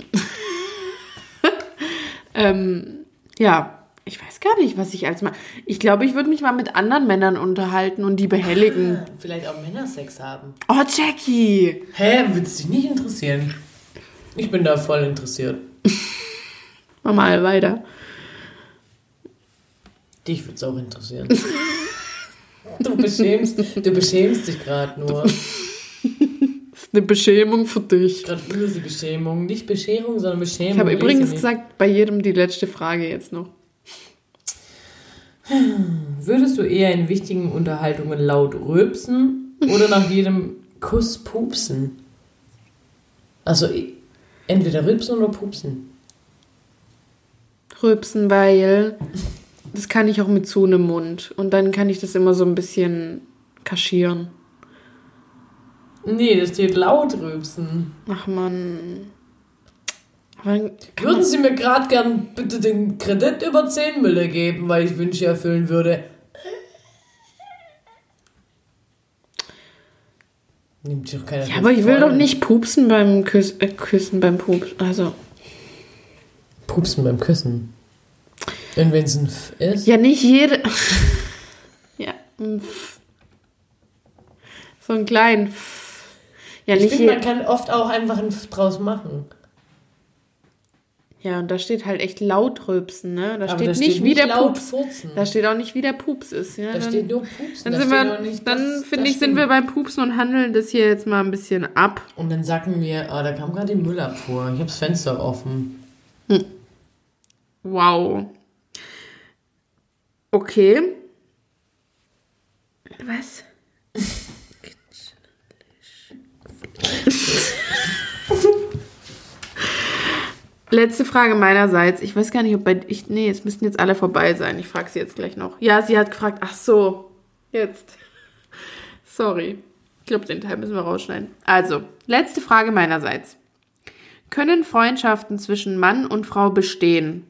Speaker 3: Ähm, ja, ich weiß gar nicht, was ich als Mann... Ich glaube, ich würde mich mal mit anderen Männern unterhalten und die behelligen.
Speaker 1: Vielleicht auch Männersex haben.
Speaker 3: Oh, Jackie.
Speaker 1: Hä? Würde es dich nicht interessieren? Ich bin da voll interessiert.
Speaker 3: Mach mal weiter.
Speaker 1: Dich würde es auch interessieren. Du beschämst, du beschämst dich gerade nur.
Speaker 3: Das ist eine Beschämung für dich.
Speaker 1: Gerade übelst die Beschämung. Nicht Bescherung, sondern Beschämung.
Speaker 3: Ich habe
Speaker 1: Lese
Speaker 3: übrigens
Speaker 1: nicht.
Speaker 3: gesagt, bei jedem die letzte Frage jetzt noch.
Speaker 1: Würdest du eher in wichtigen Unterhaltungen laut rülpsen oder nach jedem Kuss pupsen? Also entweder rülpsen oder pupsen.
Speaker 3: Rülpsen, weil das kann ich auch mit zu einem Mund. Und dann kann ich das immer so ein bisschen kaschieren.
Speaker 1: Nee, das steht laut rülpsen.
Speaker 3: Ach man. Aber dann kann
Speaker 1: Würden
Speaker 3: man-
Speaker 1: Sie mir gerade gern bitte den Kredit über zehn Mille geben, weil ich Wünsche erfüllen würde? Nimmt sich doch keiner.
Speaker 3: Ja, aber ich will doch nicht pupsen beim Küss, äh, Küssen, beim Pups. Also,
Speaker 1: Pupsen beim Küssen. Und wenn es ein F ist?
Speaker 3: ja, nicht jede. Ja, ein Pf. So ein kleinen Pf. Ja,
Speaker 1: Ich
Speaker 3: nicht
Speaker 1: finde, man
Speaker 3: jede.
Speaker 1: kann oft auch einfach ein F draus machen.
Speaker 3: Ja, und da steht halt echt laut rülpsen, ne? Da
Speaker 1: Aber
Speaker 3: steht
Speaker 1: da
Speaker 3: nicht,
Speaker 1: steht
Speaker 3: wie der
Speaker 1: laut
Speaker 3: Pups.
Speaker 1: furzen.
Speaker 3: Da steht auch nicht, wie der Pups ist. Ja,
Speaker 1: Da
Speaker 3: dann,
Speaker 1: steht nur Pupsen.
Speaker 3: dann
Speaker 1: da
Speaker 3: sind
Speaker 1: steht
Speaker 3: wir,
Speaker 1: auch nicht,
Speaker 3: dann
Speaker 1: das-
Speaker 3: finde
Speaker 1: das
Speaker 3: ich, sind wir
Speaker 1: stimmt.
Speaker 3: beim Pupsen und handeln das hier jetzt mal ein bisschen ab.
Speaker 1: Und dann sagen wir, ah, da kam gerade die Müllabfuhr. Ich habe das Fenster offen.
Speaker 3: Wow. Okay. Was? Letzte Frage meinerseits. Ich weiß gar nicht, ob bei... Ich, nee, es müssten jetzt alle vorbei sein. Ich frage sie jetzt gleich noch. Ja, sie hat gefragt, ach so, jetzt. Sorry. Ich glaube, den Teil müssen wir rausschneiden. Also, letzte Frage meinerseits. Können Freundschaften zwischen Mann und Frau bestehen?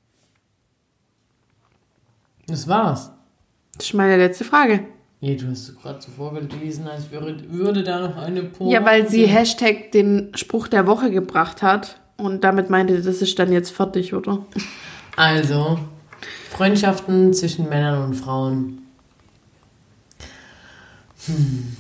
Speaker 1: Das war's.
Speaker 3: Das ist meine letzte Frage.
Speaker 1: Nee, du hast gerade so vorgelesen, als würde, würde da noch eine Pose.
Speaker 3: Ja, weil sie Hashtag den Spruch der Woche gebracht hat und damit meinte, das ist dann jetzt fertig, oder?
Speaker 1: Also, Freundschaften zwischen Männern und Frauen. Hm.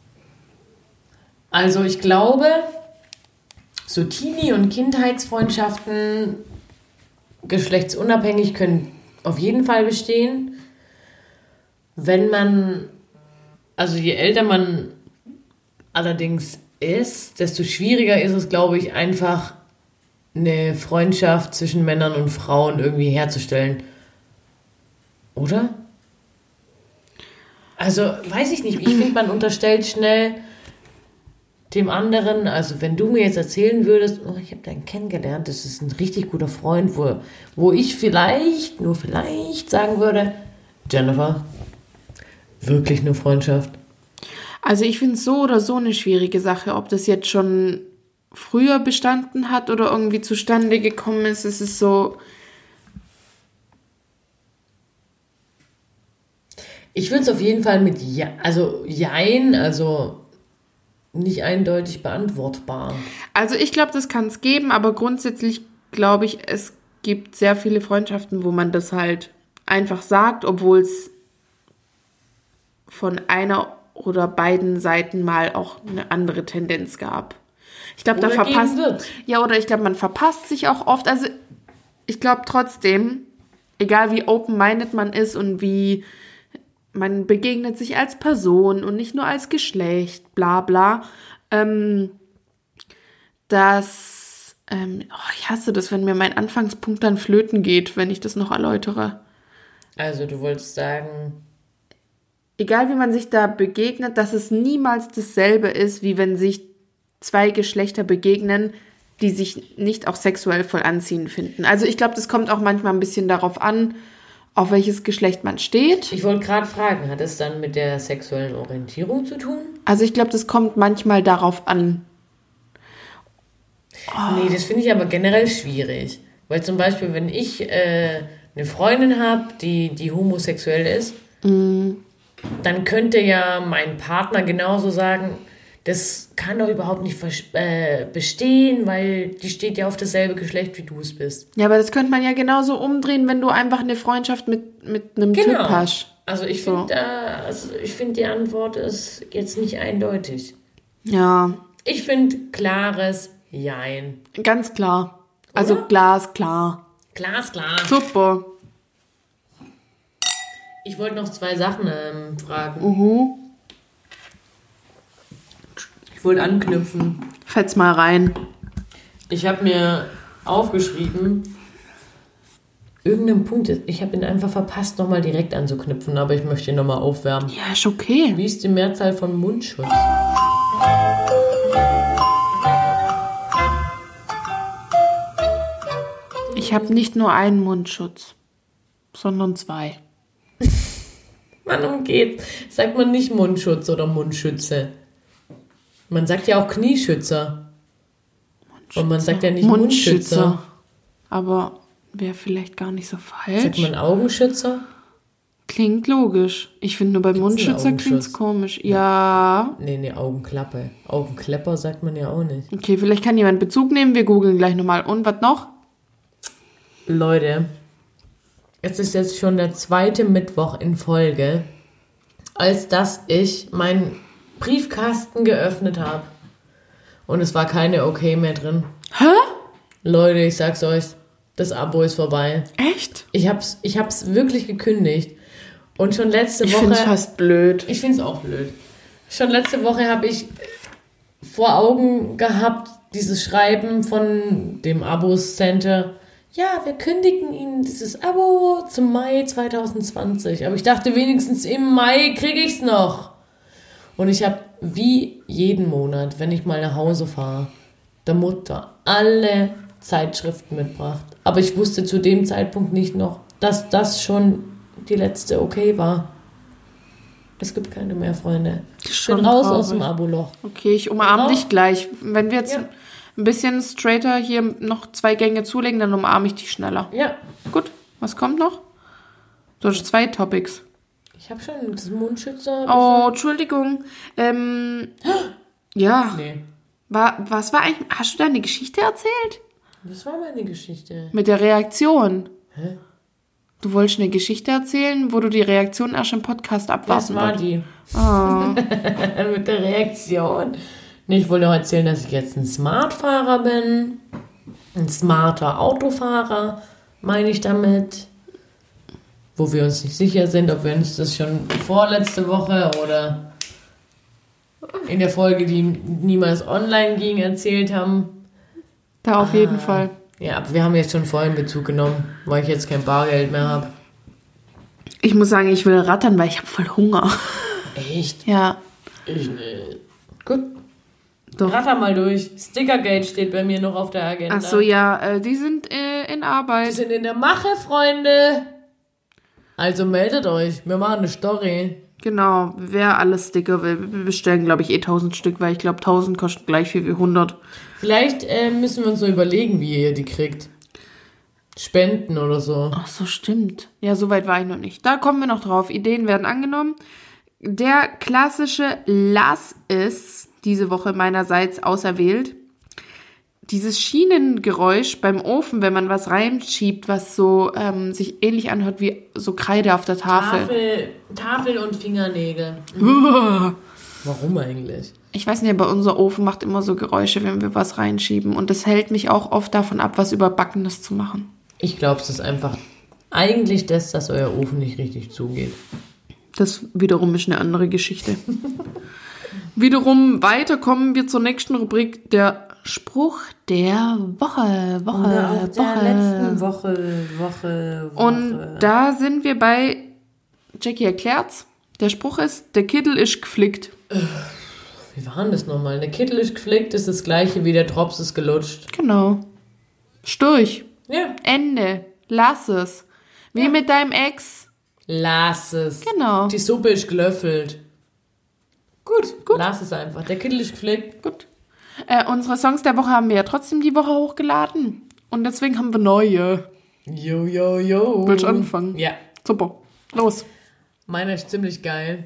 Speaker 1: Also, ich glaube, so Teenie- und Kindheitsfreundschaften, geschlechtsunabhängig, können auf jeden Fall bestehen. Wenn man, also je älter man allerdings ist, desto schwieriger ist es, glaube ich, einfach eine Freundschaft zwischen Männern und Frauen irgendwie herzustellen. Oder? Also, weiß ich nicht. Ich finde, man unterstellt schnell, dem anderen, also wenn du mir jetzt erzählen würdest, oh, ich habe deinen kennengelernt, das ist ein richtig guter Freund, wo, wo ich vielleicht, nur vielleicht sagen würde, Jennifer, wirklich eine Freundschaft.
Speaker 3: Also ich finde es so oder so eine schwierige Sache, ob das jetzt schon früher bestanden hat oder irgendwie zustande gekommen ist. Es ist so...
Speaker 1: Ich würde es auf jeden Fall mit Ja, also Jein, also nicht eindeutig beantwortbar.
Speaker 3: Also ich glaube, das kann es geben, aber grundsätzlich glaube ich, es gibt sehr viele Freundschaften, wo man das halt einfach sagt, obwohl es von einer oder beiden Seiten mal auch eine andere Tendenz gab. Ich glaube, da
Speaker 1: Oder
Speaker 3: verpasst...
Speaker 1: geben wird.
Speaker 3: Ja, oder ich glaube, man verpasst sich auch oft. Also ich glaube trotzdem, egal wie open-minded man ist und wie... Man begegnet sich als Person und nicht nur als Geschlecht, bla bla. Ähm, dass, ähm, oh, ich hasse das, wenn mir mein Anfangspunkt dann flöten geht, wenn ich das noch erläutere.
Speaker 1: Also du wolltest sagen...
Speaker 3: Egal wie man sich da begegnet, dass es niemals dasselbe ist, wie wenn sich zwei Geschlechter begegnen, die sich nicht auch sexuell voll anziehend finden. Also ich glaube, das kommt auch manchmal ein bisschen darauf an, auf welches Geschlecht man steht.
Speaker 1: Ich wollte gerade fragen, hat es dann mit der sexuellen Orientierung zu tun?
Speaker 3: Also ich glaube, das kommt manchmal darauf an.
Speaker 1: Oh. Nee, das finde ich aber generell schwierig. Weil zum Beispiel, wenn ich äh, eine Freundin habe, die, die homosexuell ist, mm. dann könnte ja mein Partner genauso sagen, das kann doch überhaupt nicht äh, bestehen, weil die steht ja auf dasselbe Geschlecht, wie du es bist.
Speaker 3: Ja, aber das könnte man ja genauso umdrehen, wenn du einfach eine Freundschaft mit, mit einem
Speaker 1: genau.
Speaker 3: Typ hast.
Speaker 1: Also ich
Speaker 3: so.
Speaker 1: finde, äh, also ich find, die Antwort ist jetzt nicht eindeutig.
Speaker 3: Ja.
Speaker 1: Ich finde klares Jein.
Speaker 3: Ganz klar. Also
Speaker 1: Oder?
Speaker 3: glasklar.
Speaker 1: Glasklar.
Speaker 3: Super.
Speaker 1: Ich wollte noch zwei Sachen ähm, fragen.
Speaker 3: Mhm.
Speaker 1: Ich wollte anknüpfen.
Speaker 3: Fetz mal rein.
Speaker 1: Ich habe mir aufgeschrieben, irgendeinen Punkt, ich habe ihn einfach verpasst, nochmal direkt anzuknüpfen, aber ich möchte ihn nochmal aufwärmen.
Speaker 3: Ja, ist okay.
Speaker 1: Wie ist die Mehrzahl von Mundschutz?
Speaker 3: Ich habe nicht nur einen Mundschutz, sondern zwei.
Speaker 1: Mann, um geht's. Sagt man nicht Mundschutz oder Mundschütze? Man sagt ja auch Knieschützer. Mundschützer. Und man sagt ja nicht Mundschützer. Mundschützer.
Speaker 3: Aber wäre vielleicht gar nicht so falsch.
Speaker 1: Sagt man Augenschützer?
Speaker 3: Klingt logisch. Ich finde nur bei Gibt's Mundschützer klingt es komisch. Ja. ja.
Speaker 1: Nee, nee, Augenklappe. Augenklepper sagt man ja auch nicht.
Speaker 3: Okay, vielleicht kann jemand Bezug nehmen. Wir googeln gleich nochmal. Und was noch?
Speaker 1: Leute, es ist jetzt schon der zweite Mittwoch in Folge, als dass ich meinen Briefkasten geöffnet habe. Und es war keine Okay mehr drin.
Speaker 3: Hä?
Speaker 1: Leute, ich sag's euch, das Abo ist vorbei.
Speaker 3: Echt?
Speaker 1: Ich hab's, ich hab's wirklich gekündigt. Und schon letzte
Speaker 3: ich
Speaker 1: Woche...
Speaker 3: Ich find's fast blöd.
Speaker 1: Ich find's auch blöd. Schon letzte Woche habe ich vor Augen gehabt, dieses Schreiben von dem Abo-Center. Ja, wir kündigen Ihnen dieses Abo zum Mai zwanzig zwanzig. Aber ich dachte, wenigstens im Mai kriege ich's noch. Und ich habe wie jeden Monat, wenn ich mal nach Hause fahre, der Mutter alle Zeitschriften mitgebracht. Aber ich wusste zu dem Zeitpunkt nicht noch, dass das schon die letzte Okay war. Es gibt keine mehr, Freunde. Ich bin raus traurig. Aus dem Abo-Loch.
Speaker 3: Okay, ich umarme dich gleich. Wenn wir jetzt... Ja. Ein bisschen straighter hier noch zwei Gänge zulegen, dann umarme ich dich schneller.
Speaker 1: Ja.
Speaker 3: Gut, was kommt noch? Du hast zwei Topics.
Speaker 1: Ich habe schon das Mundschützer.
Speaker 3: Oh, Entschuldigung. Ähm, ja.
Speaker 1: Nee.
Speaker 3: War, was war eigentlich... Hast du da eine Geschichte erzählt?
Speaker 1: Das war meine Geschichte.
Speaker 3: Mit der Reaktion.
Speaker 1: Hä?
Speaker 3: Du wolltest eine Geschichte erzählen, wo du die Reaktion erst im Podcast abwarten
Speaker 1: wolltest. Das war die. Oh. Mit der Reaktion. Ich wollte auch erzählen, dass ich jetzt ein Smartfahrer bin. Ein smarter Autofahrer, meine ich damit. Wo wir uns nicht sicher sind, ob wir uns das schon vorletzte Woche oder in der Folge, die niemals online ging, erzählt haben.
Speaker 3: Da auf ah, jeden Fall.
Speaker 1: Ja, aber wir haben jetzt schon vorhin Bezug genommen, weil ich jetzt kein Bargeld mehr habe.
Speaker 3: Ich muss sagen, ich will rattern, weil ich habe voll Hunger.
Speaker 1: Echt?
Speaker 3: Ja.
Speaker 1: Ich nicht. Gut.
Speaker 3: Doch.
Speaker 1: Ratter mal durch. Stickergate steht bei mir noch auf der Agenda.
Speaker 3: Ach so, ja, äh, die sind äh, in Arbeit.
Speaker 1: Die sind in der Mache, Freunde. Also meldet euch. Wir machen eine Story.
Speaker 3: Genau, wer alles Sticker will. Wir bestellen, glaube ich, eh tausend Stück, weil ich glaube, tausend kosten gleich viel wie hundert.
Speaker 1: Vielleicht äh, müssen wir uns so überlegen, wie ihr die kriegt. Spenden oder so.
Speaker 3: Ach so, stimmt. Ja, so weit war ich noch nicht. Da kommen wir noch drauf. Ideen werden angenommen. Der klassische Lass ist diese Woche meinerseits auserwählt. Dieses Schienengeräusch beim Ofen, wenn man was reinschiebt, was so ähm, sich ähnlich anhört wie so Kreide auf der Tafel.
Speaker 1: Tafel, Tafel und Fingernägel. Warum eigentlich?
Speaker 3: Ich weiß nicht, aber unser Ofen macht immer so Geräusche, wenn wir was reinschieben. Und das hält mich auch oft davon ab, was Überbackenes zu machen.
Speaker 1: Ich glaube, es ist einfach eigentlich das, dass euer Ofen nicht richtig zugeht.
Speaker 3: Das wiederum ist eine andere Geschichte. Wiederum weiter kommen wir zur nächsten Rubrik, der Spruch der Woche. Woche,
Speaker 1: Oder auch der
Speaker 3: Woche.
Speaker 1: letzten Woche, Woche, Woche.
Speaker 3: Und da sind wir bei, Jackie erklärt's, der Spruch ist, der Kittel ist geflickt.
Speaker 1: Wie war denn das nochmal? Der Kittel ist geflickt, ist das gleiche wie der Drops ist gelutscht.
Speaker 3: Genau. Storch.
Speaker 1: Ja.
Speaker 3: Ende. Lass es. Wie
Speaker 1: Ja.
Speaker 3: mit deinem Ex.
Speaker 1: Lass es.
Speaker 3: Genau.
Speaker 1: Die Suppe ist gelöffelt. Gut,
Speaker 3: Gut.
Speaker 1: lass es einfach. Der Kittel ist geflickt.
Speaker 3: Gut. Äh, unsere Songs der Woche haben wir ja trotzdem die Woche hochgeladen. Und deswegen haben wir neue.
Speaker 1: Jo, jo, jo.
Speaker 3: Willst du anfangen?
Speaker 1: Ja.
Speaker 3: Super. Los.
Speaker 1: Meiner ist ziemlich geil.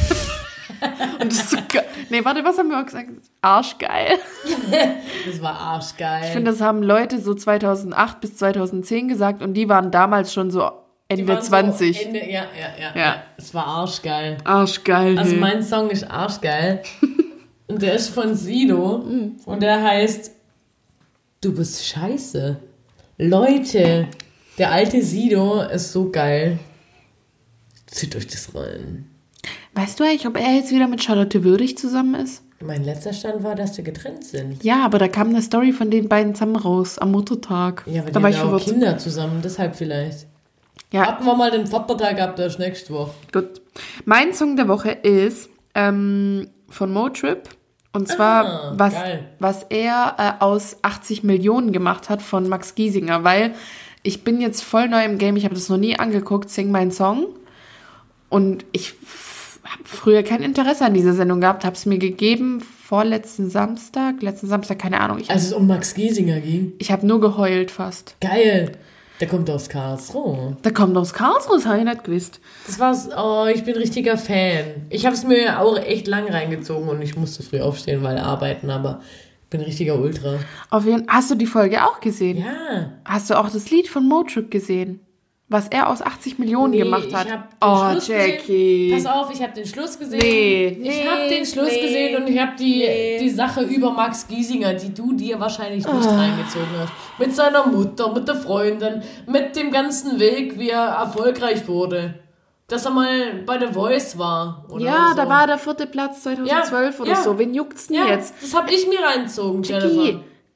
Speaker 3: Und das ist so geil. Nee, warte, was haben wir auch gesagt? Arschgeil.
Speaker 1: Das war arschgeil.
Speaker 3: Ich finde, das haben Leute so zweitausendacht bis zweitausendzehn gesagt und die waren damals schon so
Speaker 1: Die
Speaker 3: Ende
Speaker 1: waren
Speaker 3: zwanzig.
Speaker 1: So Ende, ja, ja, ja,
Speaker 3: Ja.
Speaker 1: ja. Es war arschgeil.
Speaker 3: Arschgeil.
Speaker 1: Also
Speaker 3: hey.
Speaker 1: mein Song ist arschgeil. Und der ist von Sido. Und der heißt Du bist scheiße. Leute, der alte Sido ist so geil. Zieht euch das rein.
Speaker 3: Weißt du eigentlich, ob er jetzt wieder mit Charlotte Würdig zusammen ist?
Speaker 1: Mein letzter Stand war, dass die getrennt sind.
Speaker 3: Ja, aber da kam eine Story von den beiden zusammen raus am Muttertag.
Speaker 1: Ja, aber
Speaker 3: da
Speaker 1: die
Speaker 3: war
Speaker 1: haben
Speaker 3: ich
Speaker 1: ja auch
Speaker 3: verwirrt.
Speaker 1: Kinder zusammen, deshalb vielleicht.
Speaker 3: Ja,
Speaker 1: Warten wir mal den Vatertag ab, der ist nächste Woche.
Speaker 3: gut. Mein Song der Woche ist ähm, von Motrip. Und zwar,
Speaker 1: Ah,
Speaker 3: was,
Speaker 1: geil.
Speaker 3: was er äh, aus achtzig Millionen gemacht hat von Max Giesinger. Weil ich bin jetzt voll neu im Game, ich habe das noch nie angeguckt, Sing mein Song. Und ich habe früher kein Interesse an dieser Sendung gehabt, habe es mir gegeben vorletzten Samstag, letzten Samstag, keine Ahnung. Ich,
Speaker 1: Als es um Max Giesinger ging.
Speaker 3: ich habe nur geheult fast.
Speaker 1: Geil. Der kommt aus Karlsruhe.
Speaker 3: Da kommt aus Karlsruhe, das habe ich nicht gewusst.
Speaker 1: Das war's. Oh, ich bin richtiger Fan. Ich habe es mir auch echt lang reingezogen und ich musste früh aufstehen, weil arbeiten, aber ich bin richtiger Ultra.
Speaker 3: Auf jeden, hast du die Folge auch gesehen?
Speaker 1: Ja.
Speaker 3: Hast du auch das Lied von Motrip gesehen? Was er aus achtzig Millionen gemacht hat?
Speaker 1: Ich hab den
Speaker 3: Oh,
Speaker 1: Schluss
Speaker 3: Jackie.
Speaker 1: Gesehen. Pass auf, ich habe den Schluss gesehen.
Speaker 3: Nee,
Speaker 1: ich
Speaker 3: nee,
Speaker 1: habe den Schluss
Speaker 3: nee,
Speaker 1: gesehen und ich habe die,
Speaker 3: nee.
Speaker 1: die Sache über Max Giesinger, die du dir wahrscheinlich nicht reingezogen hast. Mit seiner Mutter, mit der Freundin, mit dem ganzen Weg, wie er erfolgreich wurde. Dass er mal bei The Voice war. Oder
Speaker 3: Ja,
Speaker 1: so.
Speaker 3: da war der vierte Platz zweitausendzwölf
Speaker 1: Ja,
Speaker 3: oder
Speaker 1: ja.
Speaker 3: so. Wen juckt's denn
Speaker 1: Ja,
Speaker 3: jetzt?
Speaker 1: das habe ich mir reingezogen,
Speaker 3: Jackie,
Speaker 1: Jennifer.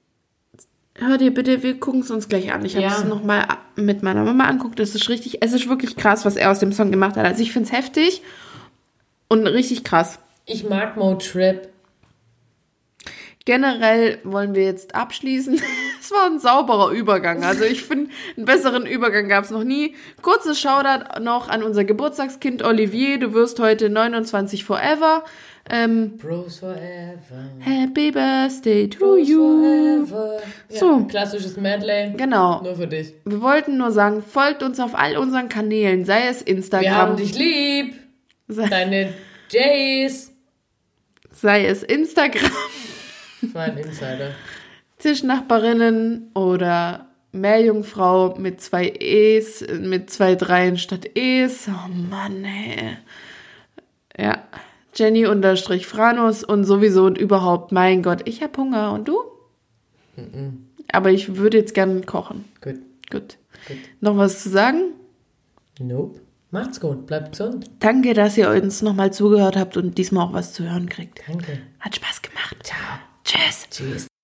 Speaker 3: hör dir bitte, wir gucken es uns gleich an. Ich habe es
Speaker 1: Ja.
Speaker 3: nochmal mit meiner Mama angeguckt. Es ist richtig, es ist wirklich krass, was er aus dem Song gemacht hat. Also ich finde es heftig und richtig krass.
Speaker 1: Ich mag Motrip.
Speaker 3: Generell wollen wir jetzt abschließen. Es war ein sauberer Übergang. Also ich finde, einen besseren Übergang gab es noch nie. Kurzes Shoutout noch an unser Geburtstagskind Olivier. Du wirst heute neunundzwanzig forever. Ähm,
Speaker 1: Bros forever.
Speaker 3: Happy Birthday to
Speaker 1: Bros
Speaker 3: you.
Speaker 1: forever. Ja,
Speaker 3: So.
Speaker 1: klassisches Medley.
Speaker 3: Genau.
Speaker 1: Nur für dich.
Speaker 3: Wir wollten nur sagen, folgt uns auf all unseren Kanälen, sei es Instagram,
Speaker 1: Wir haben dich lieb.
Speaker 3: sei,
Speaker 1: Deine Jays.
Speaker 3: sei es Instagram,
Speaker 1: Das war ein Insider.
Speaker 3: Tischnachbarinnen oder Meerjungfrau mit zwei E's, mit zwei Dreien statt E's. Oh Mann, ey. Ja, Jenny unterstrich Franus und sowieso und überhaupt, mein Gott, ich hab Hunger. Und du?
Speaker 1: Mhm.
Speaker 3: Aber ich würde jetzt gerne kochen.
Speaker 1: Gut.
Speaker 3: Gut.
Speaker 1: Gut.
Speaker 3: Noch was zu sagen?
Speaker 1: Nope. Macht's gut. Bleibt gesund.
Speaker 3: Danke, dass ihr uns nochmal zugehört habt und diesmal auch was zu hören kriegt.
Speaker 1: Danke.
Speaker 3: Hat Spaß gemacht.
Speaker 1: Ciao.
Speaker 3: Tschüss.
Speaker 1: Tschüss.